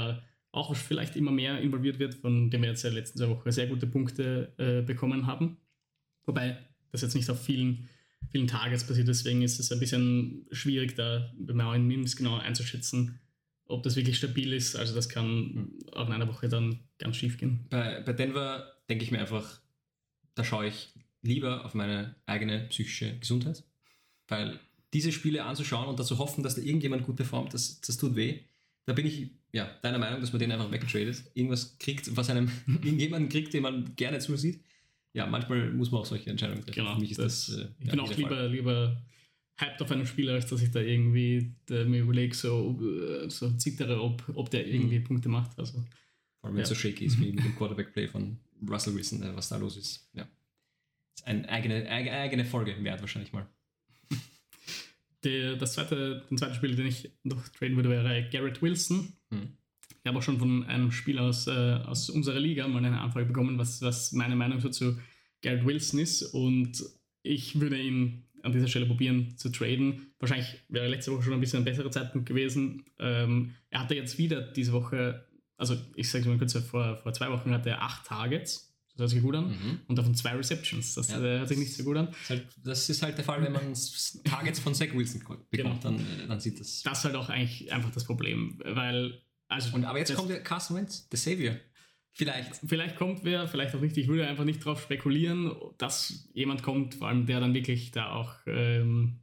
auch vielleicht immer mehr involviert wird, von dem wir jetzt in der letzten 2 Wochen sehr gute Punkte bekommen haben. Wobei das jetzt nicht auf vielen Targets passiert, deswegen ist es ein bisschen schwierig, da bei neuen Mims genau einzuschätzen, ob das wirklich stabil ist. Also das kann auch in einer Woche dann ganz schief gehen. Bei Denver denke ich mir einfach, da schaue ich lieber auf meine eigene psychische Gesundheit, weil diese Spiele anzuschauen und dazu hoffen, dass da irgendjemand gut performt, das tut weh. Da bin ich deiner Meinung, dass man den einfach wegtradet, irgendwas kriegt, was einem irgendjemanden kriegt, den man gerne zusieht. Ja, manchmal muss man auch solche Entscheidungen treffen. Genau, für mich ist ich bin auch lieber hyped auf einen Spieler, als dass ich da irgendwie mir überlege, so zittere, ob der irgendwie Punkte macht. Also, vor allem wenn es so shaky ist wie mit dem Quarterback-Play von Russell Wilson, was da los ist. Ja. Das ist eine eigene Folge wert wahrscheinlich mal. Den zweiten Spieler, den ich noch traden würde, wäre Garrett Wilson. Ich habe auch schon von einem Spieler aus unserer Liga mal eine Anfrage bekommen, was meine Meinung so zu Garrett Wilson ist. Und ich würde ihn an dieser Stelle probieren zu traden. Wahrscheinlich wäre letzte Woche schon ein bisschen ein besserer Zeitpunkt gewesen. Er hatte jetzt wieder diese Woche, also ich sage mal kurz, vor 2 Wochen hatte er 8 Targets. Das hört sich gut an. Und davon 2 Receptions. Das hört sich nicht so gut an. Das ist halt der Fall, wenn man Targets von Zach Wilson bekommt, dann sieht das. Das ist halt auch eigentlich einfach das Problem, weil aber jetzt kommt der Carson Wentz, der Savior. Vielleicht kommt wer, vielleicht auch nicht. Ich würde einfach nicht darauf spekulieren, dass jemand kommt, vor allem der dann wirklich da auch dem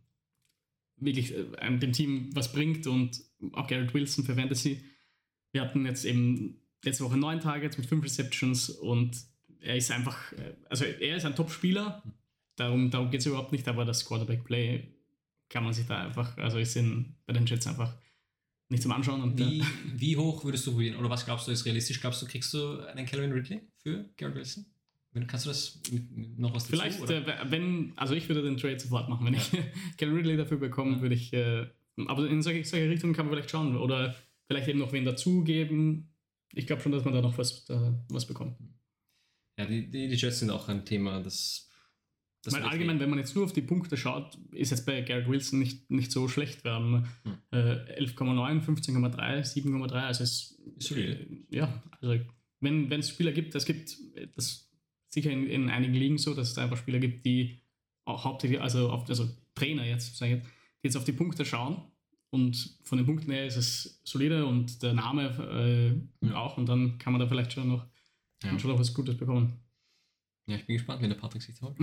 Team was bringt und auch Garrett Wilson für Fantasy. Wir hatten jetzt eben letzte Woche 9 Targets mit 5 Receptions und er ist einfach, also er ist ein Top-Spieler, darum geht es überhaupt nicht, aber das Quarterback-Play kann man sich da einfach, also ist bei den Jets einfach nicht zum Anschauen. Und wie hoch würdest du probieren? Oder was glaubst du ist realistisch? Glaubst du, kriegst du einen Calvin Ridley für Garrett Wilson? Kannst du das noch was dazu? Vielleicht, also ich würde den Trade sofort machen. Wenn ich Calvin Ridley dafür bekomme, würde ich, aber in solche Richtungen kann man vielleicht schauen. Oder vielleicht eben noch wen dazugeben. Ich glaube schon, dass man da noch was bekommt. Ja, die Jets sind auch ein Thema, das weil allgemein, wenn man jetzt nur auf die Punkte schaut, ist jetzt bei Garrett Wilson nicht so schlecht. Wir haben 11,9, 15,3, 7,3. Also es ist solide. Ja, also wenn es Spieler gibt, es gibt das sicher in einigen Ligen so, dass es einfach Spieler gibt, die auch hauptsächlich, also Trainer jetzt, sage ich die jetzt auf die Punkte schauen. Und von den Punkten her ist es solide und der Name auch. Und dann kann man da vielleicht schon noch was Gutes bekommen. Ja, ich bin gespannt, wenn der Patrick sich holt.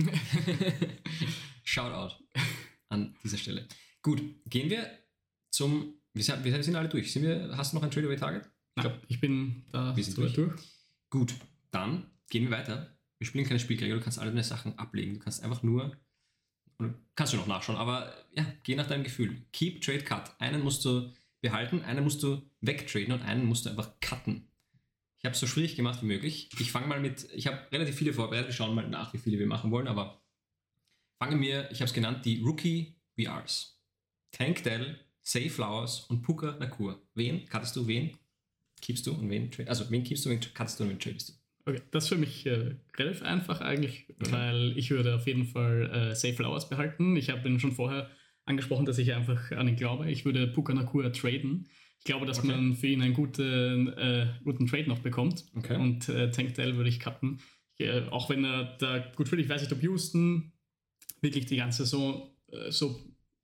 Shoutout an dieser Stelle. Gut, gehen wir wir sind alle durch. Hast du noch ein Trade-Away-Target? Ich bin da durch. Gut, dann gehen wir weiter. Wir spielen keine Spielkriege, du kannst alle deine Sachen ablegen. Du kannst einfach kannst du noch nachschauen, aber ja, geh nach deinem Gefühl. Keep, Trade, Cut. Einen musst du behalten, einen musst du wegtraden und einen musst du einfach cutten. Ich habe es so schwierig gemacht wie möglich. Ich fange mal ich habe relativ viele vorbereitet, wir schauen mal nach, wie viele wir machen wollen, aber ich habe es genannt, die Rookie VRs. Tank Dell, Zay Flowers und Puka Nacua. Wen cuttest du, wen keepst du und wen keepst du, wen cuttest du und wen tradest du? Okay, das ist für mich relativ einfach eigentlich, weil ich würde auf jeden Fall Zay Flowers behalten. Ich habe ihn schon vorher angesprochen, dass ich einfach an ihn glaube. Ich würde Puka Nacua traden. Ich glaube, dass man für ihn einen guten Trade noch bekommt. Okay. Und Tank Dell würde ich cutten. Auch wenn er da gut spielt. Ich weiß nicht, ob Houston wirklich die ganze Saison so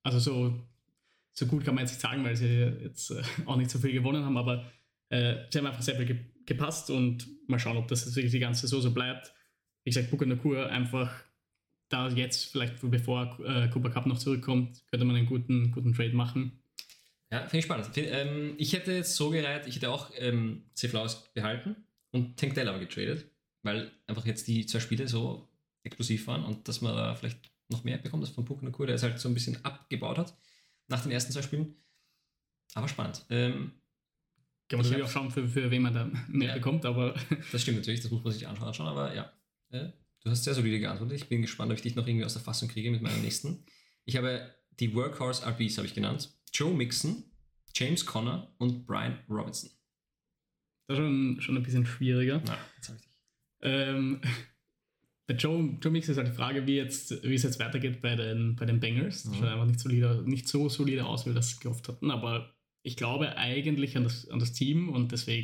gut kann man jetzt nicht sagen, weil sie jetzt auch nicht so viel gewonnen haben, aber sie haben einfach sehr viel gepasst und mal schauen, ob das wirklich die ganze Saison so bleibt. Ich sage, Puka Nacua einfach da jetzt, vielleicht bevor Cooper Kupp noch zurückkommt, könnte man einen guten Trade machen. Ja, finde ich spannend. Ich hätte jetzt so gereiht, ich hätte auch Zay Flowers behalten und Tank Dell aber getradet, weil einfach jetzt die 2 Spiele so explosiv waren und dass man da vielleicht noch mehr bekommt, das von Puka Nacua, der es halt so ein bisschen abgebaut hat nach den ersten 2 Spielen. Aber spannend. Kann man natürlich auch schauen, für wen man da mehr bekommt, aber... Das stimmt natürlich, das muss man sich anschauen, aber ja. Du hast sehr solide geantwortet. Ich bin gespannt, ob ich dich noch irgendwie aus der Fassung kriege mit meiner nächsten. Ich habe die Workhorse RBs, habe ich genannt. Joe Mixon, James Conner und Brian Robinson. Das ist schon ein bisschen schwieriger. Na, jetzt habe ich dich. Bei Joe Mixon ist halt die Frage, wie es jetzt weitergeht bei den Bengals. Das schaut einfach nicht so solide aus, wie wir das gehofft hatten, aber ich glaube eigentlich an das Team und deswegen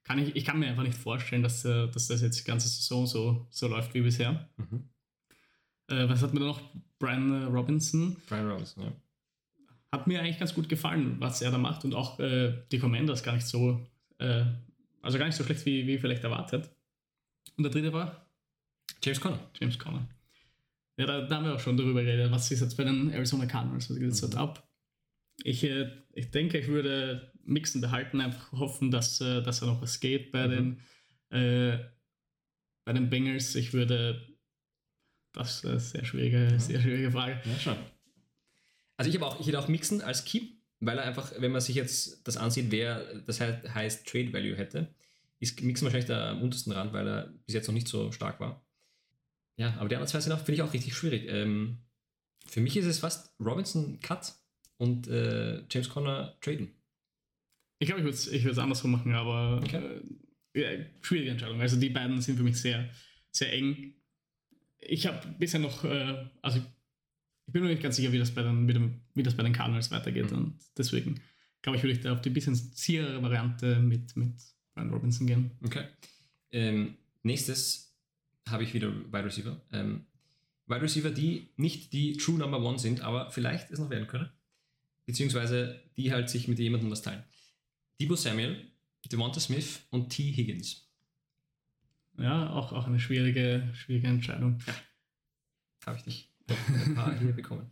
ich kann mir einfach nicht vorstellen, dass das jetzt die ganze Saison so läuft wie bisher. Was hat mir da noch? Brian Robinson. Brian Robinson, ja. Hat mir eigentlich ganz gut gefallen, was er da macht und auch die Commanders gar nicht so, also gar nicht so schlecht wie vielleicht erwartet. Und der dritte war? James Conner. Ja, da haben wir auch schon darüber geredet, was ist jetzt bei den Arizona Cardinals, was geht jetzt dort ab. Ich denke, ich würde Mixon behalten, einfach hoffen, dass er noch was geht bei den Bengals. Ich würde, das ist eine sehr schwierige Frage. Ja, schon. Also ich hätte auch Mixon als Keep, weil er einfach, wenn man sich jetzt das ansieht, wer das heißt Trade Value hätte, ist Mixon wahrscheinlich da am untersten Rand, weil er bis jetzt noch nicht so stark war. Ja, aber die anderen zwei sind finde ich auch richtig schwierig. Für mich ist es fast Robinson Cut und James Conner traden. Ich glaube, ich würde es andersrum machen, aber schwierige Entscheidung. Also die beiden sind für mich sehr, sehr eng. Ich habe bisher noch, ich bin mir nicht ganz sicher, wie das bei den Cardinals weitergeht und deswegen glaube ich, würde ich da auf die bisschen zierere Variante mit Brian Robinson gehen. Okay. Nächstes habe ich wieder Wide Receiver. Wide Receiver, die nicht die True Number One sind, aber vielleicht es noch werden können. Beziehungsweise die halt sich mit jemandem was teilen. Deebo Samuel, Devonta Smith und T. Higgins. Ja, auch eine schwierige Entscheidung. Ja. Habe ich nicht ein paar hier bekommen.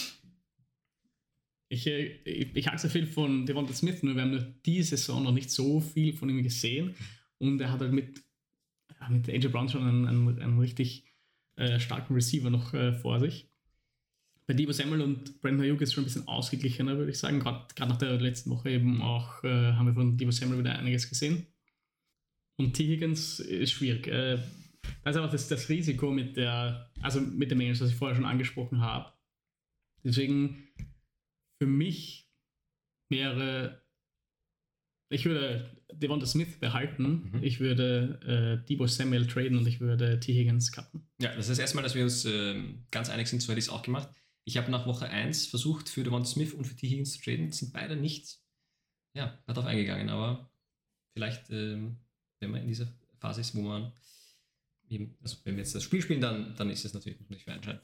Ich halte sehr viel von Devonta Smith, nur wir haben nur diese Saison noch nicht so viel von ihm gesehen. Und er hat halt mit AJ Brown schon einen richtig starken Receiver noch vor sich. Bei Deebo Samuel und Brandon Ayuk ist es schon ein bisschen ausgeglichener, würde ich sagen. Gerade nach der letzten Woche eben auch haben wir von Deebo Samuel wieder einiges gesehen. Und T. Higgins ist schwierig. Da ist einfach das Risiko mit den Bengals, was ich vorher schon angesprochen habe. Deswegen für mich ich würde Devonta Smith behalten, ich würde Deebo Samuel traden und ich würde T. Higgins cutten. Ja, das ist das erste Mal, dass wir uns ganz einig sind, so hätte ich es auch gemacht. Ich habe nach Woche 1 versucht, für Devonta Smith und für T. Higgins zu traden, sind beide nicht darauf eingegangen, aber vielleicht, wenn man in dieser Phase ist, wo man eben, also wenn wir jetzt das Spiel spielen, dann ist es natürlich nicht für entscheidend.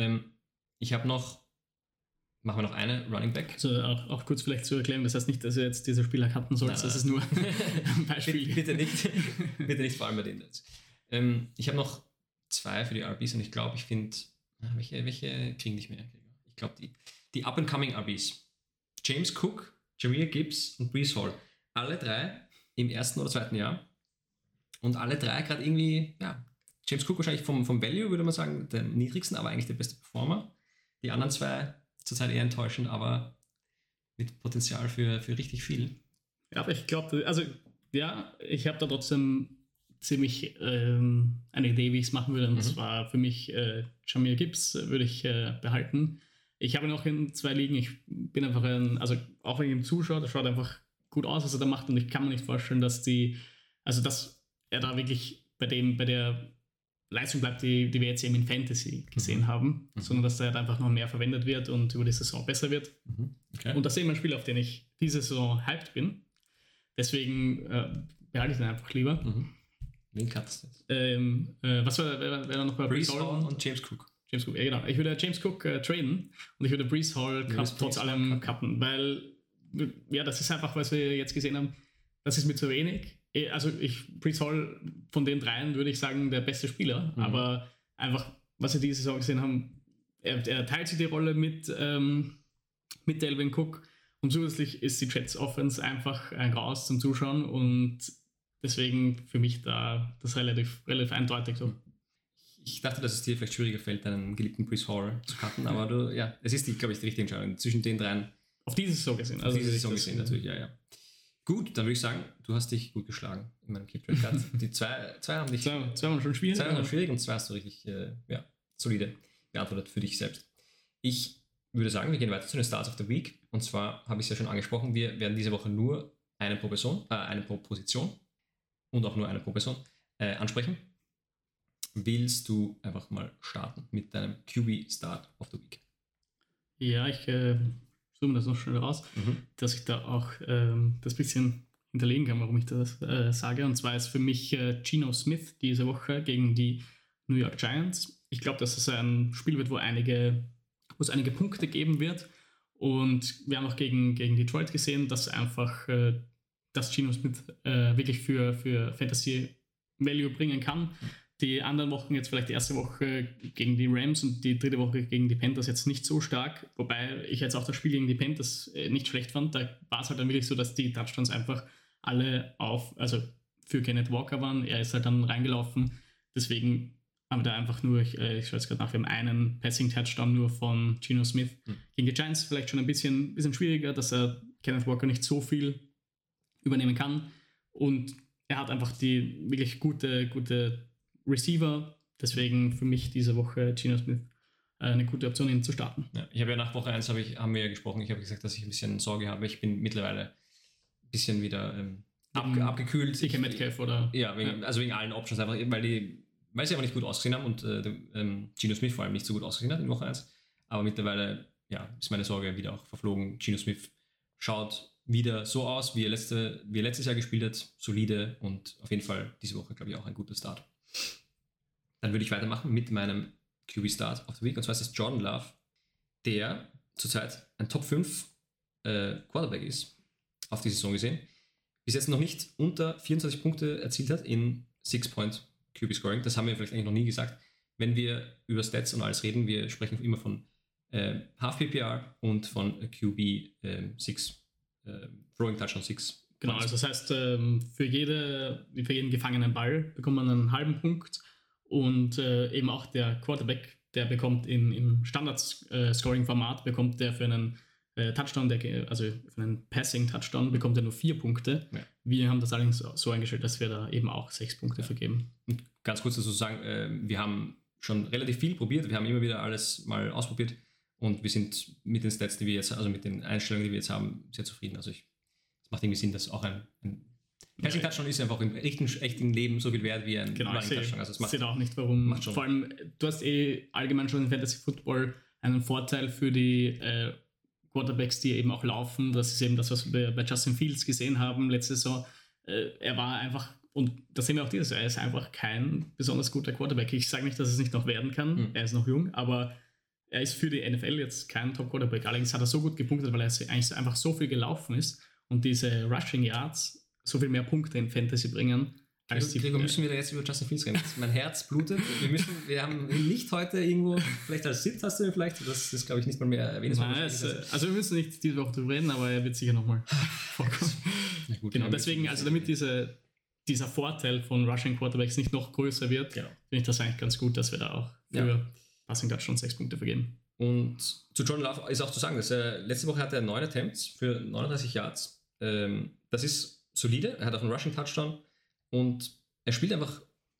Machen wir noch eine Running Back. Also auch kurz vielleicht zu erklären, das heißt nicht, dass ihr jetzt diese Spieler cutten sollt, das ist nur ein Beispiel. Bitte nicht, vor allem bei denen jetzt. Ich habe noch 2 für die RBs und ich glaube, welche kriegen nicht mehr? Ich glaube, die Up-and-Coming RBs. James Cook, Jahmyr Gibbs und Breece Hall. Alle 3 im 1. oder 2. Jahr. Und alle 3 gerade irgendwie, James Cook wahrscheinlich vom Value, würde man sagen, der niedrigsten, aber eigentlich der beste Performer. Die anderen 2 zurzeit eher enttäuschend, aber mit Potenzial für richtig viel. Ja, aber ich glaube, ich habe da trotzdem ziemlich eine Idee, wie ich es machen würde. Und zwar für mich Jahmyr Gibbs würde ich behalten. Ich habe noch in 2 Ligen. Ich bin einfach auch wenn ich ihm zuschaue, das schaut einfach gut aus, was er da macht. Und ich kann mir nicht vorstellen, dass er da wirklich bei der Leistung bleibt, die wir jetzt eben in Fantasy gesehen haben, sondern dass er halt einfach noch mehr verwendet wird und über die Saison besser wird. Okay. Und das ist eben ein Spiel, auf den ich diese Saison hyped bin. Deswegen behalte ich den einfach lieber. Wen cuttest du jetzt? Was wäre da noch bei Breece Hall und James Cook. James Cook, ja genau. Ich würde James Cook traden und ich würde Breece Hall trotz allem cutten, weil das ist einfach, was wir jetzt gesehen haben, das ist mir zu wenig. Also Breece Hall von den 3 würde ich sagen, der beste Spieler, aber einfach, was wir diese Saison gesehen haben, er teilt sich die Rolle mit Dalvin Cook und zusätzlich ist die Jets Offense einfach ein Graus zum Zuschauen und deswegen für mich da das relativ eindeutig so. Ich dachte, dass es dir vielleicht schwieriger fällt, deinen geliebten Breece Hall zu cutten, aber es ist, glaube ich, die richtige Entscheidung zwischen den 3. Auf diese Saison gesehen. Also diese Saison gesehen, natürlich, ja. Gut, dann würde ich sagen, du hast dich gut geschlagen in meinem Keep Trade Cut. Die zwei haben dich. Zwei waren schon schwierig. 2 waren schwierig und 2 hast du richtig solide beantwortet für dich selbst. Ich würde sagen, wir gehen weiter zu den Starts of the Week. Und zwar habe ich es ja schon angesprochen, wir werden diese Woche nur eine pro Position und auch nur eine pro Person ansprechen. Willst du einfach mal starten mit deinem QB Start of the Week? Ja, ich zoome das noch schnell raus, dass ich da auch das bisschen hinterlegen kann, warum ich das sage. Und zwar ist für mich Geno Smith diese Woche gegen die New York Giants. Ich glaube, dass es ein Spiel wird, wo es einige Punkte geben wird. Und wir haben auch gegen Detroit gesehen, dass einfach dass Geno Smith wirklich für Fantasy Value bringen kann. Die anderen Wochen, jetzt vielleicht die erste Woche gegen die Rams und die dritte Woche gegen die Panthers jetzt nicht so stark, wobei ich jetzt auch das Spiel gegen die Panthers nicht schlecht fand. Da war es halt dann wirklich so, dass die Touchdowns einfach alle also für Kenneth Walker waren. Er ist halt dann reingelaufen. Deswegen haben wir da einfach nur, ich schaue jetzt gerade nach, wir haben einen Passing-Touchdown nur von Geno Smith. Gegen die Giants vielleicht schon ein bisschen schwieriger, dass er Kenneth Walker nicht so viel übernehmen kann. Und er hat einfach die wirklich gute Receiver, deswegen für mich diese Woche Geno Smith eine gute Option, ihn zu starten. Ja, ich habe ja nach Woche 1 haben wir ja gesprochen, ich habe gesagt, dass ich ein bisschen Sorge habe. Ich bin mittlerweile ein bisschen wieder abgekühlt. Sicher Metcalf oder? Ja, also wegen allen Options, einfach, weil sie einfach nicht gut ausgesehen haben und Geno Smith vor allem nicht so gut ausgesehen hat in Woche 1. Aber mittlerweile ist meine Sorge wieder auch verflogen. Geno Smith schaut wieder so aus, wie er letztes Jahr gespielt hat, solide und auf jeden Fall diese Woche, glaube ich, auch ein guter Start. Dann würde ich weitermachen mit meinem QB-Start of the Week. Und zwar ist es Jordan Love, der zurzeit ein Top 5 Quarterback ist, auf die Saison gesehen. Bis jetzt noch nicht unter 24 Punkte erzielt hat in 6-Point QB-Scoring. Das haben wir vielleicht eigentlich noch nie gesagt. Wenn wir über Stats und alles reden, wir sprechen immer von Half-PPR und von QB 6, Throwing Touchdown 6. Genau, also das heißt, für jeden gefangenen Ball bekommt man einen halben Punkt. Und eben auch der Quarterback, der bekommt im Standard-Scoring-Format, bekommt der für einen Touchdown, also für einen Passing-Touchdown, bekommt er nur 4 Punkte. Ja. Wir haben das allerdings so eingestellt, dass wir da eben auch 6 Punkte vergeben. Und ganz kurz dazu sagen, wir haben schon relativ viel probiert, wir haben immer wieder alles mal ausprobiert und wir sind mit den Stats, die wir jetzt, also mit den Einstellungen, die wir jetzt haben, sehr zufrieden. Also es macht irgendwie Sinn, dass auch ein Passing Touchdown ist einfach im echten Leben so viel wert wie ein Running Touchdown. Also ich sehe auch nicht, warum. Vor allem, du hast allgemein schon in Fantasy Football einen Vorteil für die Quarterbacks, die eben auch laufen. Das ist eben das, was wir bei Justin Fields gesehen haben letzte Saison. Er war einfach, und das sehen wir auch dieses Jahr, er ist einfach kein besonders guter Quarterback. Ich sage nicht, dass es nicht noch werden kann. Er ist noch jung, aber er ist für die NFL jetzt kein Top-Quarterback. Allerdings hat er so gut gepunktet, weil er eigentlich einfach so viel gelaufen ist und diese Rushing Yards so viel mehr Punkte in Fantasy bringen. Gregor, müssen wir da jetzt über Justin Fields reden? Mein Herz blutet. Wir haben nicht heute irgendwo, vielleicht als Sit-Taste vielleicht, das ist, glaube ich, nicht mal mehr erwähnt. Also wir müssen nicht diese Woche drüber reden, aber er wird sicher nochmal vorkommen. Gut, genau, deswegen, also damit dieser Vorteil von Rushing Quarterbacks nicht noch größer wird, finde ich das eigentlich ganz gut, dass wir da auch für Passing Touchdown 6 Punkte vergeben. Und zu Jordan Love ist auch zu sagen, dass letzte Woche hatte er 9 Attempts für 39 Yards. Das ist solide, er hat auch einen Rushing-Touchdown und er spielt einfach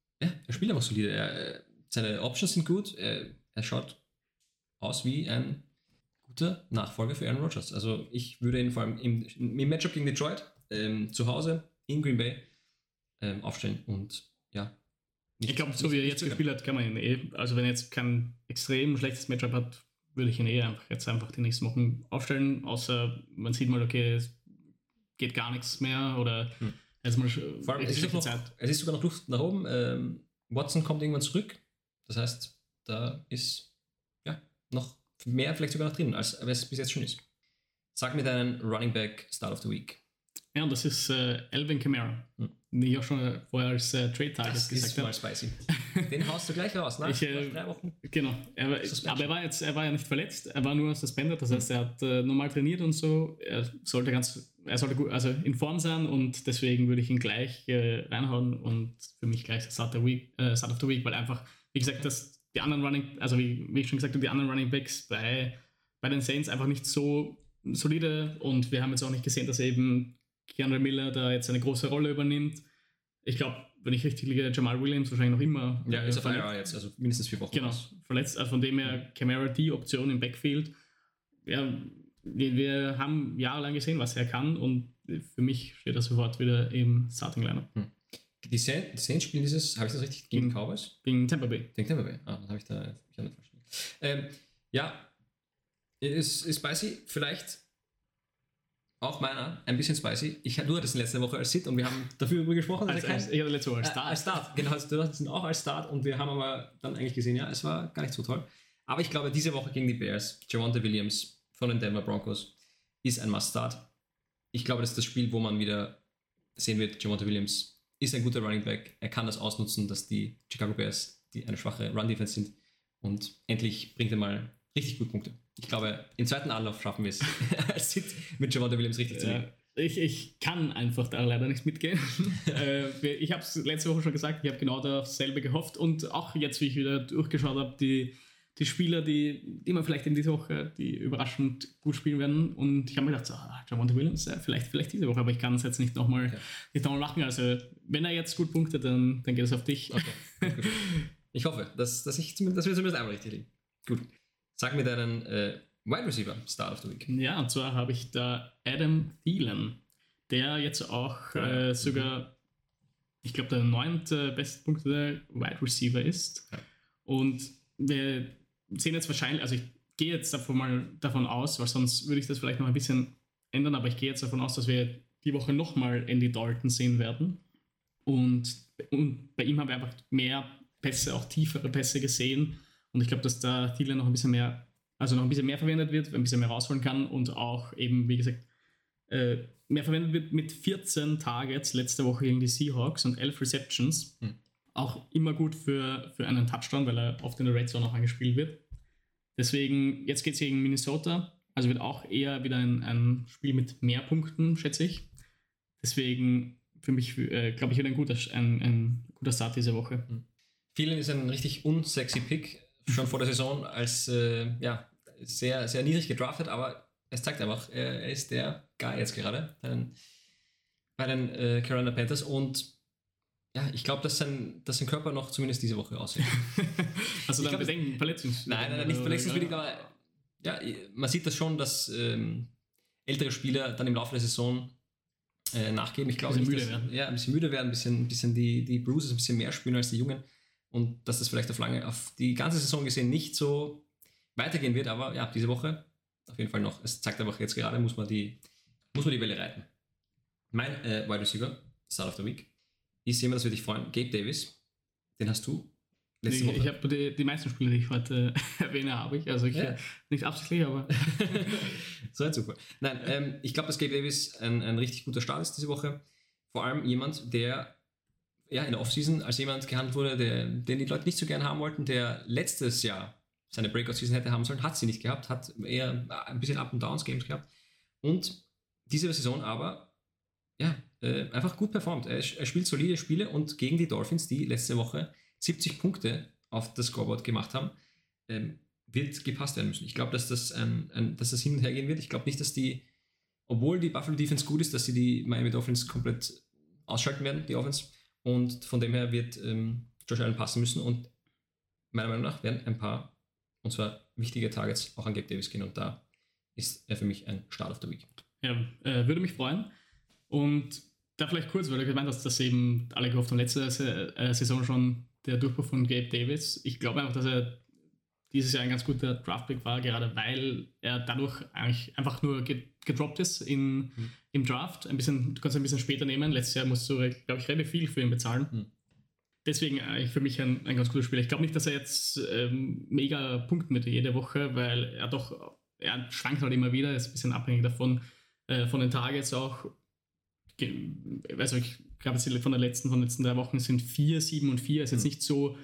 solide. Seine Options sind gut, er schaut aus wie ein guter Nachfolger für Aaron Rodgers. Also ich würde ihn vor allem im Matchup gegen Detroit zu Hause in Green Bay aufstellen und ich glaube, so wie er jetzt gespielt hat, kann man ihn also wenn er jetzt kein extrem schlechtes Matchup hat, würde ich ihn einfach die nächsten Wochen aufstellen, außer man sieht mal, okay, es geht gar nichts mehr oder erstmal vor allem, es ist sogar noch Luft nach oben. Watson kommt irgendwann zurück. Das heißt, da ist noch mehr vielleicht sogar noch drin, als es bis jetzt schon ist. Sag mir deinen Running Back Start of the Week. Ja, und das ist Alvin Kamara, den ich auch schon vorher als Trade Target gesagt habe. Das ist mal spicy. Den haust du gleich raus, ne? Nach 3 Wochen. Genau. Aber er war ja nicht verletzt, er war nur suspended, das heißt, er hat normal trainiert und so. Er sollte gut, also in Form sein und deswegen würde ich ihn gleich reinhauen und für mich gleich Start of the Week, weil einfach, wie gesagt, dass die anderen wie ich schon gesagt habe, die anderen Running Backs bei den Saints einfach nicht so solide und wir haben jetzt auch nicht gesehen, dass eben Keandre Miller da jetzt eine große Rolle übernimmt. Ich glaube, wenn ich richtig liege, Jamal Williams wahrscheinlich noch immer. Ja, ist auf IR jetzt, also mindestens 4 Wochen. Genau, verletzt. Also von dem her, Kamara die Option im Backfield. Ja, wir haben jahrelang gesehen, was er kann und für mich steht er sofort wieder im Starting-Lineup. Die Saints spielen dieses, habe ich das richtig, gegen Cowboys? Gegen Tampa Bay. Gegen Tampa Bay, dann habe ich da nicht verstanden. Ist spicy, vielleicht Auch meiner, ein bisschen spicy. Du hattest in letzter Woche als Sit und wir haben darüber gesprochen. Ich hatte letzte Woche als Start. Als Start, genau. Du hattest ihn auch als Start und wir haben aber dann eigentlich gesehen, ja, es war gar nicht so toll. Aber ich glaube, diese Woche gegen die Bears, Javonte Williams von den Denver Broncos, ist ein Must-Start. Ich glaube, das ist das Spiel, wo man wieder sehen wird, Javonte Williams ist ein guter Running Back. Er kann das ausnutzen, dass die Chicago Bears eine schwache Run-Defense sind. Und endlich bringt er mal richtig gut Punkte. Ich glaube, im zweiten Anlauf schaffen wir es, als Sit mit Javonte Williams richtig zu liegen. Ich kann einfach da leider nicht mitgehen. Ich habe es letzte Woche schon gesagt, ich habe genau dasselbe gehofft. Und auch jetzt, wie ich wieder durchgeschaut habe, die Spieler, die man vielleicht in dieser Woche, die überraschend gut spielen werden. Und ich habe mir gedacht, so, Javonte Williams, vielleicht diese Woche, aber ich kann es jetzt nicht nochmal machen. Also wenn er jetzt gut punktet, dann geht es auf dich. Okay. Ich hoffe, dass wir zumindest einmal richtig liegen. Gut. Sag mir deinen Wide Receiver Start of the Week. Ja, und zwar habe ich da Adam Thielen, der jetzt auch sogar, ich glaube, der 9. bestpunktete Wide Receiver ist. Ja. Und wir sehen jetzt wahrscheinlich, also ich gehe jetzt davon aus, weil sonst würde ich das vielleicht noch ein bisschen ändern, aber ich gehe jetzt davon aus, dass wir die Woche nochmal Andy Dalton sehen werden. Und bei ihm haben wir einfach mehr Pässe, auch tiefere Pässe gesehen. Und ich glaube, dass da Thielen noch ein bisschen mehr verwendet wird, ein bisschen mehr rausholen kann und auch eben, wie gesagt, mehr verwendet wird mit 14 Targets letzte Woche gegen die Seahawks und 11 Receptions. Auch immer gut für einen Touchdown, weil er oft in der Red Zone auch angespielt wird. Deswegen, jetzt geht es gegen Minnesota, also wird auch eher wieder ein Spiel mit mehr Punkten, schätze ich. Deswegen für mich, glaube ich, wieder ein guter Start diese Woche. Thielen ist ein richtig unsexy Pick, schon vor der Saison als sehr, sehr niedrig gedraftet, aber es zeigt einfach, er ist der Guy jetzt gerade bei den Carolina Panthers und ja, ich glaube, dass sein Körper noch zumindest diese Woche aussieht. Also dann Bedenken, Nein, nicht verletzungsbedingt, aber ja, man sieht das schon, dass ältere Spieler dann im Laufe der Saison nachgeben. Ich glaube, ein bisschen müde werden, ein bisschen die Bruises ein bisschen mehr spüren als die Jungen und dass das vielleicht auf die ganze Saison gesehen nicht so weitergehen wird, aber ja, diese Woche auf jeden Fall noch. Es zeigt einfach jetzt gerade, muss man die Welle reiten. Mein Wide Receiver, Start of the Week, ist jemand, das würde dich freuen, Gabe Davis. Den hast du letzte Woche. Ich habe die meisten Spiele, die ich heute erwähne, habe ich. Also nicht absichtlich, aber so ein Zufall. Nein, ich glaube, dass Gabe Davis ein richtig guter Start ist diese Woche. Vor allem jemand, der in der Offseason als jemand gehandelt wurde, den die Leute nicht so gerne haben wollten, der letztes Jahr seine Breakout-Season hätte haben sollen, hat sie nicht gehabt, hat eher ein bisschen Up-and-Downs-Games gehabt und diese Saison aber einfach gut performt. Er spielt solide Spiele und gegen die Dolphins, die letzte Woche 70 Punkte auf das Scoreboard gemacht haben, wird gepasst werden müssen. Ich glaube, dass das hin und her gehen wird. Ich glaube nicht, dass obwohl die Buffalo Defense gut ist, dass sie die Miami Dolphins komplett ausschalten werden, die Offense. Und von dem her wird Josh Allen passen müssen und meiner Meinung nach werden ein paar, und zwar wichtige Targets, auch an Gabe Davis gehen und da ist er für mich ein Start of the Week. Ja, würde mich freuen. Und da vielleicht kurz, weil du gemeint hast, dass eben alle gehofft haben, letzte Saison schon der Durchbruch von Gabe Davis. Ich glaube einfach, dass er dieses Jahr ein ganz guter Draftpick war, gerade weil er dadurch eigentlich einfach nur gedroppt ist im Draft. Du kannst ein bisschen später nehmen. Letztes Jahr musst du, glaube ich, relativ viel für ihn bezahlen. Deswegen eigentlich für mich ein ganz guter Spieler. Ich glaube nicht, dass er jetzt mega punkten wird jede Woche, weil er schwankt halt immer wieder, ist ein bisschen abhängig davon, von den Targets auch. Also ich glaube, von den letzten 3 Wochen sind 4, 7 und 4. Ist jetzt nicht so,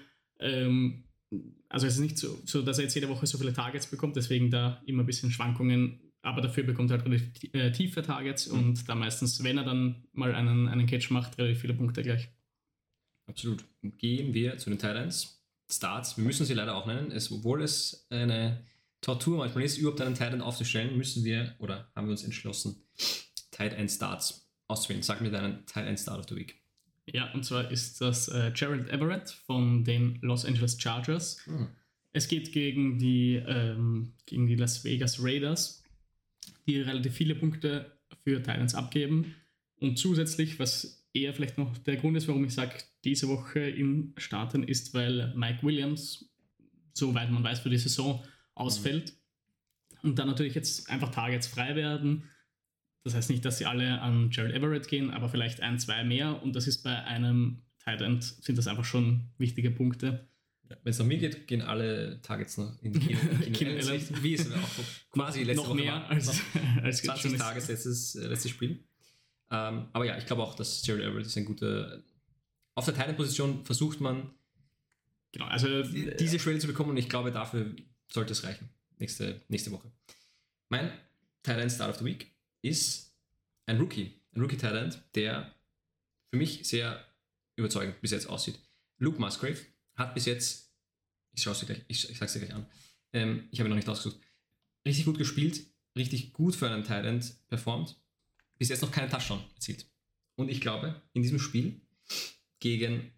also es ist nicht so, dass er jetzt jede Woche so viele Targets bekommt, deswegen da immer ein bisschen Schwankungen, aber dafür bekommt er halt relativ tiefe Targets und da meistens, wenn er dann mal einen Catch macht, relativ viele Punkte gleich. Absolut. Gehen wir zu den Tight Ends. Starts, wir müssen sie leider auch nennen, obwohl es eine Tortur manchmal ist, überhaupt einen Tight End aufzustellen, haben wir uns entschlossen, Tight End Starts auszuwählen. Sag mir deinen Tight End Start of the Week. Ja, und zwar ist das Gerald Everett von den Los Angeles Chargers. Es geht gegen die Las Vegas Raiders, die relativ viele Punkte für Tight Ends abgeben. Und zusätzlich, was eher vielleicht noch der Grund ist, warum ich sage, diese Woche ihn starten, ist, weil Mike Williams, soweit man weiß, für die Saison ausfällt. Und dann natürlich jetzt einfach Targets frei werden. Das heißt nicht, dass sie alle an Gerald Everett gehen, aber vielleicht 1, 2 mehr. Und das ist bei einem Tight End, sind das einfach schon wichtige Punkte. Ja, wenn es nach mir geht, gehen alle Targets noch in Kino wie ist es auch quasi letzte noch Woche mehr war, als 20 Tages letztes Spiel. Aber ja, ich glaube auch, dass Gerald Everett ist ein guter. Auf der Tight End Position versucht man genau, also diese Schwelle zu bekommen und ich glaube, dafür sollte es reichen. Nächste Woche. Mein Tight End Start of the Week ist ein Rookie Tight End, der für mich sehr überzeugend bis jetzt aussieht. Luke Musgrave hat bis jetzt, ich sag's dir gleich an, ich habe ihn noch nicht ausgesucht, richtig gut gespielt, richtig gut für einen Tight End performt, bis jetzt noch keinen Touchdown erzielt. Und ich glaube, in diesem Spiel gegen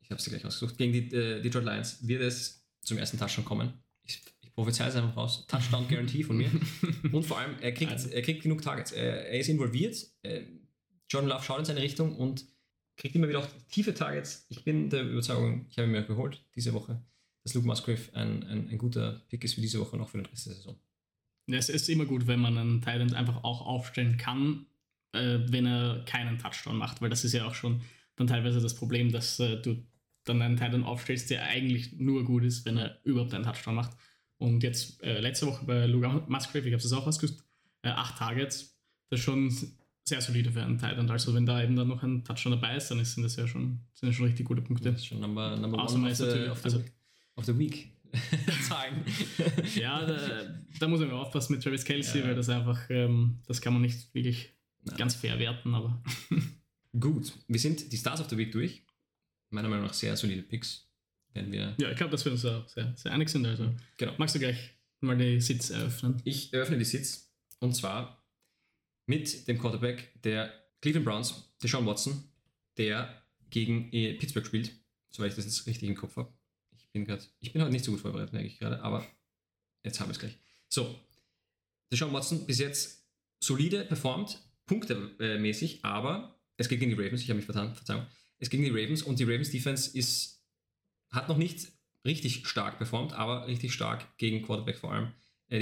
die Detroit Lions wird es zum ersten Touchdown kommen. Ich prophezei es einfach raus. Touchdown Guarantee von mir. Und vor allem, er kriegt genug Targets. Er ist involviert. Jordan Love schaut in seine Richtung und kriegt immer wieder auch tiefe Targets. Ich bin der Überzeugung, ich habe mir geholt diese Woche, dass Luke Musgrave ein guter Pick ist für diese Woche und auch für den Rest der Saison. Ja, es ist immer gut, wenn man einen Tight End einfach auch aufstellen kann, wenn er keinen Touchdown macht, weil das ist ja auch schon dann teilweise das Problem, dass du dann einen Tight End aufstellst, der eigentlich nur gut ist, wenn er überhaupt einen Touchdown macht. Und jetzt letzte Woche bei Luke Musgrave, ich habe es auch ausgesucht, 8 Targets, das ist schon sehr solide für einen Tight End. Also wenn da eben dann noch ein Touchdown dabei ist, dann sind das schon richtig gute Punkte. Das ist schon Number one of the Week. Zahlen. Ja, da muss man aufpassen mit Travis Kelce, weil das einfach, das kann man nicht wirklich ganz fair werten, aber gut, wir sind die Stars of the Week durch. Meiner Meinung nach sehr solide Picks. Ja, ich glaube, dass wir uns auch sehr, sehr einig sind. Also, genau. Magst du gleich mal die Sits eröffnen? Ich eröffne die Sits und zwar mit dem Quarterback der Cleveland Browns, Deshaun Watson, der gegen Pittsburgh spielt, soweit ich das jetzt richtig im Kopf habe. Ich bin heute nicht so gut vorbereitet, merke ich gerade, aber jetzt haben wir es gleich. So, Deshaun Watson bis jetzt solide performt, punktemäßig, aber es geht gegen die Ravens, ich habe mich Verzeihung. Es ging die Ravens und die Ravens Defense hat noch nicht richtig stark performt, aber richtig stark gegen Quarterback vor allem.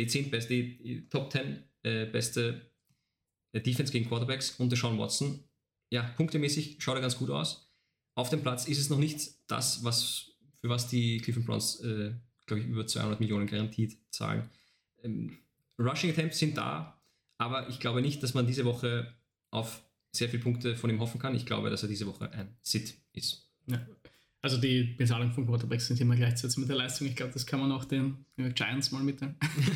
Die Top 10 beste Defense gegen Quarterbacks und Deshaun Watson. Ja, punktemäßig schaut er ganz gut aus. Auf dem Platz ist es noch nicht das, für was die Cleveland Browns, glaube ich, über 200 Millionen garantiert zahlen. Rushing Attempts sind da, aber ich glaube nicht, dass man diese Woche auf sehr viele Punkte von ihm hoffen kann. Ich glaube, dass er diese Woche ein Sit ist. Ja. Also die Bezahlung von Quarterbacks sind immer gleichzeitig mit der Leistung. Ich glaube, das kann man auch den Giants mal mitteilen.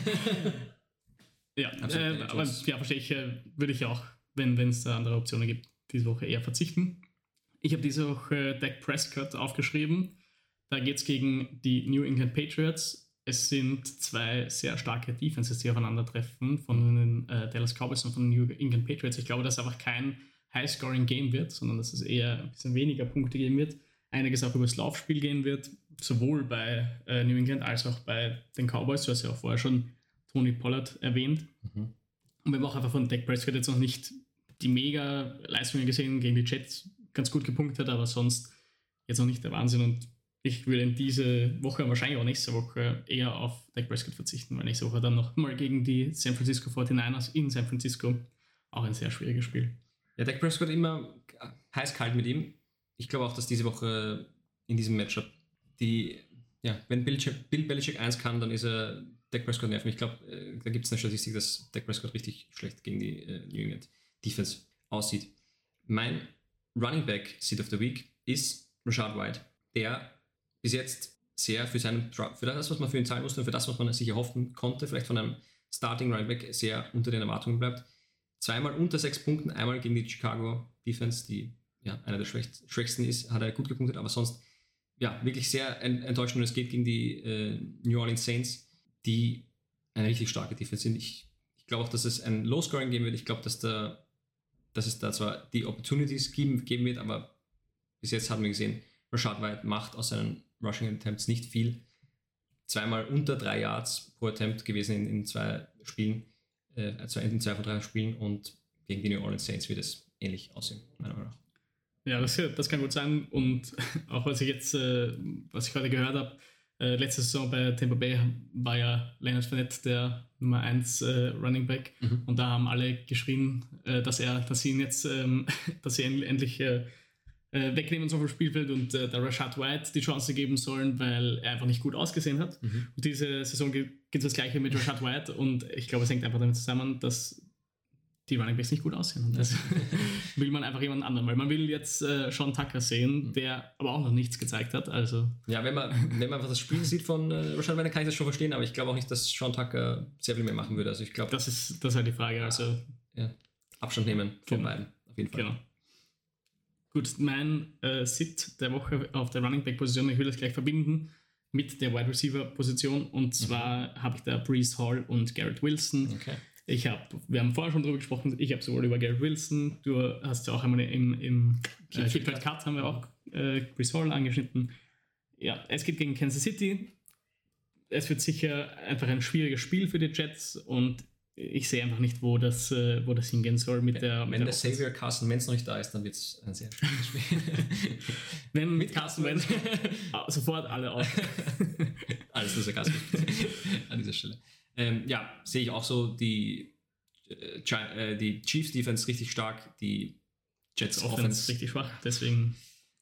Ja, aber ja, verstehe ich, würde ich auch, wenn es da andere Optionen gibt, diese Woche eher verzichten. Ich habe diese Woche Dak Prescott aufgeschrieben. Da geht es gegen die New England Patriots. Es sind 2 sehr starke Defenses, die aufeinandertreffen, von den Dallas Cowboys und von den New England Patriots. Ich glaube, dass es einfach kein High-Scoring-Game wird, sondern dass es eher ein bisschen weniger Punkte geben wird. Einiges auch über das Laufspiel gehen wird, sowohl bei New England als auch bei den Cowboys. Du hast ja auch vorher schon Tony Pollard erwähnt. Und wir haben auch einfach von Dak Prescott jetzt noch nicht die Mega-Leistungen gesehen, gegen die Jets ganz gut gepunktet, aber sonst jetzt noch nicht der Wahnsinn. Und ich würde in diese Woche und wahrscheinlich auch nächste Woche eher auf Dak Prescott verzichten, weil nächste Woche dann noch mal gegen die San Francisco 49ers in San Francisco auch ein sehr schwieriges Spiel. Ja, Dak Prescott immer heiß-kalt mit ihm. Ich glaube auch, dass diese Woche in diesem Matchup wenn Bill Belichick 1 kann, dann ist er Dak Prescott nerven. Ich glaube, da gibt es eine Statistik, dass Dak Prescott richtig schlecht gegen die New England Defense aussieht. Mein Running Back Sit of the Week ist Rachaad White, der bis jetzt sehr für das, was man für ihn zahlen musste und für das, was man sich erhoffen konnte, vielleicht von einem Starting Running Back, sehr unter den Erwartungen bleibt. 2-mal unter 6 Punkten, einmal gegen die Chicago Defense, die einer der schwächsten ist, hat er gut gepunktet, aber sonst wirklich sehr enttäuschend. Und es geht gegen die New Orleans Saints, die eine richtig starke Defense sind. Ich glaube auch, dass es ein Low-Scoring geben wird. Ich glaube, dass es da zwar die Opportunities geben wird, aber bis jetzt haben wir gesehen, Rachaad White macht aus seinen Rushing Attempts nicht viel. 2-mal unter 3 Yards pro Attempt gewesen in 2 Spielen, also in 2 von 3 Spielen, und gegen die New Orleans Saints wird es ähnlich aussehen, meiner Meinung nach. Ja, das kann gut sein. Und auch was ich heute gehört habe, Letzte Saison bei Tampa Bay war ja Leonard Fournette der Nummer 1 Running Back und da haben alle geschrien, dass sie ihn jetzt, dass sie ihn endlich wegnehmen soll vom Spielfeld und der Rashad White die Chance geben sollen, weil er einfach nicht gut ausgesehen hat. Und diese Saison gibt es das Gleiche mit Rashad White und ich glaube, es hängt einfach damit zusammen, dass die Running Backs nicht gut aussehen. Und das will man einfach jemand anderen, weil man will jetzt Sean Tucker sehen, der aber auch noch nichts gezeigt hat. Also. Ja, wenn man einfach das Spiel sieht von Rashad White, kann ich das schon verstehen, aber ich glaube auch nicht, dass Sean Tucker sehr viel mehr machen würde. Also ich glaube, das ist halt die Frage. Also Abstand nehmen von beiden, auf jeden Fall. Genau. Gut, mein Sit der Woche auf der Running Back Position, ich will das gleich verbinden mit der Wide Receiver Position und zwar habe ich da Breece Hall und Garrett Wilson. Okay. Wir haben vorher schon drüber gesprochen, ich habe sowohl über Garrett Wilson, du hast ja auch einmal im Keep Cut haben wir auch Breece Hall angeschnitten. Ja, es geht gegen Kansas City. Es wird sicher einfach ein schwieriges Spiel für die Jets und ich sehe einfach nicht, wo das hingehen soll mit der. Wenn der Savior Carson Wentz noch nicht da ist, dann wird es ein sehr schwieriges Spiel. Wenn mit Carson Wentz sofort alle auf. Alles nur Sarkasmus an dieser Stelle. Sehe ich auch so, die Chiefs Defense richtig stark, die Jets Offense richtig schwach, deswegen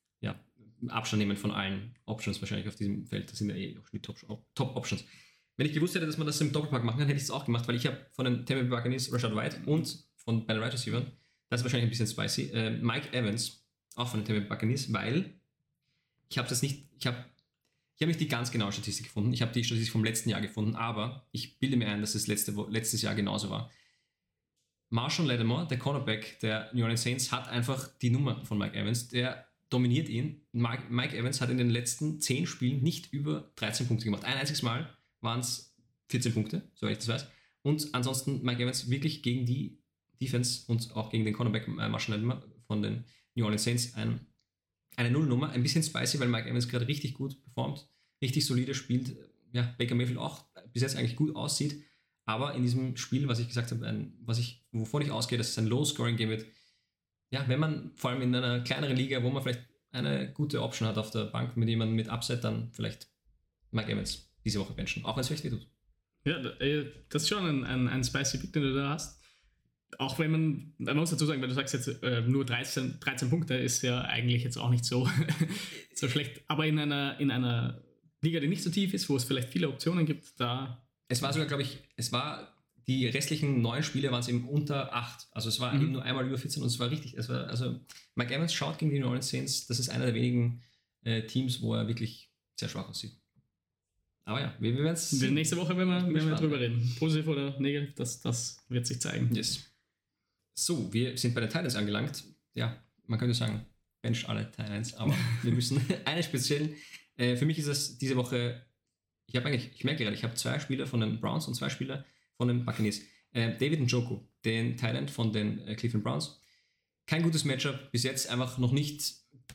Abstand nehmen von allen Options wahrscheinlich auf diesem Feld, das sind ja auch die Top Options. Wenn ich gewusst hätte, dass man das im Doppelpack machen kann, hätte ich es auch gemacht, weil ich habe von den Tampa Bay Buccaneers Rashad White und von bei den Right Receivers, das ist wahrscheinlich ein bisschen spicy, Mike Evans, auch von den Tampa Bay Buccaneers, weil ich habe nicht die ganz genaue Statistik gefunden. Ich habe die Statistik vom letzten Jahr gefunden, aber ich bilde mir ein, dass es letztes Jahr genauso war. Marshall Lattimore, der Cornerback der New Orleans Saints, hat einfach die Nummer von Mike Evans. Der dominiert ihn. Mike Evans hat in den letzten 10 Spielen nicht über 13 Punkte gemacht. Ein einziges Mal waren es 14 Punkte, soweit ich das weiß. Und ansonsten Mike Evans wirklich gegen die Defense und auch gegen den Cornerback Marshall Lattimore von den New Orleans Saints eine Nullnummer, ein bisschen spicy, weil Mike Evans gerade richtig gut performt, richtig solide spielt. Ja, Baker Mayfield auch bis jetzt eigentlich gut aussieht, aber in diesem Spiel, was ich gesagt habe, wovon ich ausgehe, dass es ein Low-Scoring-Game wird, ja, wenn man vor allem in einer kleineren Liga, wo man vielleicht eine gute Option hat auf der Bank mit jemandem mit Upside, dann vielleicht Mike Evans diese Woche benchen, auch wenn es vielleicht wehtut. Ja, das ist schon ein spicy Pick, den du da hast. Auch wenn man muss dazu sagen, weil du sagst jetzt nur 13 Punkte, ist ja eigentlich jetzt auch nicht so, so schlecht. Aber in einer Liga, die nicht so tief ist, wo es vielleicht viele Optionen gibt, da... Es war sogar, glaube ich, die restlichen 9 Spiele waren es eben unter 8. Also es war eben nur einmal über 14 und es war richtig. Also Mike Evans schaut gegen die New Orleans Saints, das ist einer der wenigen Teams, wo er wirklich sehr schwach aussieht. Aber ja, wir werden es... Nächste Woche werden wir drüber reden. Positiv oder negativ, das wird sich zeigen. Yes. So, wir sind bei den Titans angelangt. Ja, man könnte sagen, bench alle Titans, aber wir müssen eine speziellen. Für mich ist es diese Woche, ich merke gerade, ich habe 2 Spieler von den Browns und 2 Spieler von den Buccaneers. David Njoku, den Tight von den Cleveland Browns. Kein gutes Matchup, bis jetzt einfach noch nicht.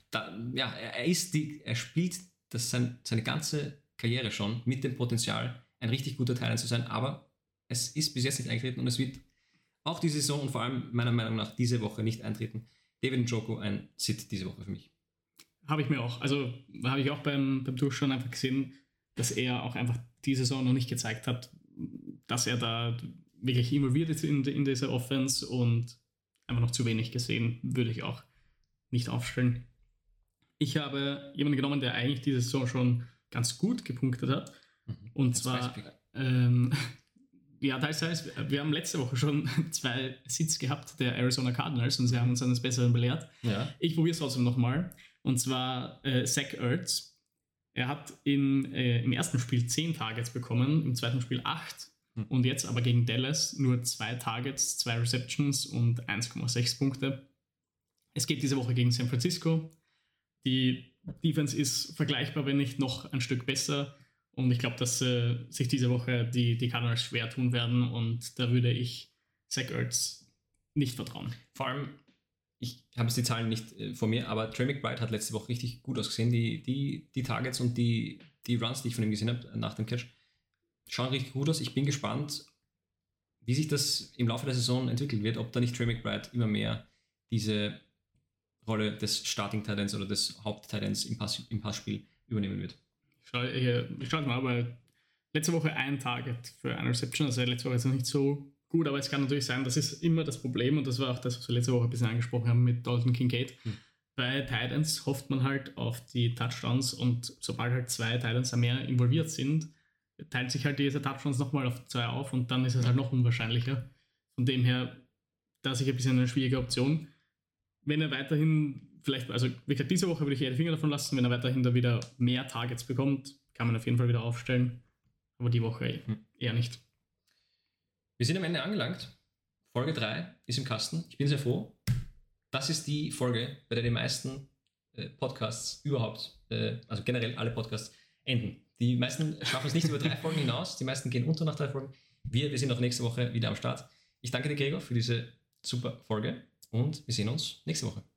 Er spielt seine ganze Karriere schon mit dem Potenzial, ein richtig guter Tight zu sein, aber es ist bis jetzt nicht eingetreten und es wird auch diese Saison und vor allem meiner Meinung nach diese Woche nicht eintreten. David Njoku ein Sit diese Woche für mich. Habe ich mir auch. Also habe ich auch beim Durchschauen einfach gesehen, dass er auch einfach die Saison noch nicht gezeigt hat, dass er da wirklich involviert ist in dieser Offense und einfach noch zu wenig gesehen, würde ich auch nicht aufstellen. Ich habe jemanden genommen, der eigentlich diese Saison schon ganz gut gepunktet hat. Und zwar... Ja, teils. Wir haben letzte Woche schon 2 Sits gehabt der Arizona Cardinals und sie haben uns eines Besseren belehrt. Ja. Ich probiere es trotzdem nochmal. Und zwar Zach Ertz. Er hat im ersten Spiel 10 Targets bekommen, im zweiten Spiel 8 und jetzt aber gegen Dallas nur 2 Targets, 2 Receptions und 1,6 Punkte. Es geht diese Woche gegen San Francisco. Die Defense ist vergleichbar, wenn nicht noch ein Stück besser. Und ich glaube, dass sich diese Woche die Cardinals schwer tun werden und da würde ich Zach Ertz nicht vertrauen. Vor allem, ich habe jetzt die Zahlen nicht vor mir, aber Trey McBride hat letzte Woche richtig gut ausgesehen. Die Targets und die Runs, die ich von ihm gesehen habe nach dem Catch, schauen richtig gut aus. Ich bin gespannt, wie sich das im Laufe der Saison entwickeln wird, ob da nicht Trey McBride immer mehr diese Rolle des Starting-Titans oder des Haupt-Titans im Passspiel übernehmen wird. Ich schaue mal, aber letzte Woche ein Target für eine Reception, also letzte Woche ist noch nicht so gut, aber es kann natürlich sein, das ist immer das Problem und das war auch das, was wir letzte Woche ein bisschen angesprochen haben mit Dalton Kincaid. Bei Tight Ends hofft man halt auf die Touchdowns und sobald halt 2 Tight Ends mehr involviert sind, teilt sich halt diese Touchdowns nochmal auf 2 auf und dann ist es halt noch unwahrscheinlicher. Von dem her, da ist sicher ein bisschen eine schwierige Option. Wenn er weiterhin vielleicht, also wie gesagt, diese Woche würde ich eher die Finger davon lassen, wenn er weiterhin da wieder mehr Targets bekommt, kann man auf jeden Fall wieder aufstellen, aber die Woche eher nicht. Wir sind am Ende angelangt. Folge 3 ist im Kasten. Ich bin sehr froh. Das ist die Folge, bei der die meisten Podcasts überhaupt, also generell alle Podcasts, enden. Die meisten schaffen es nicht über 3 Folgen hinaus. Die meisten gehen unter nach 3 Folgen. Wir sind auch nächste Woche wieder am Start. Ich danke dir, Gregor, für diese super Folge und wir sehen uns nächste Woche.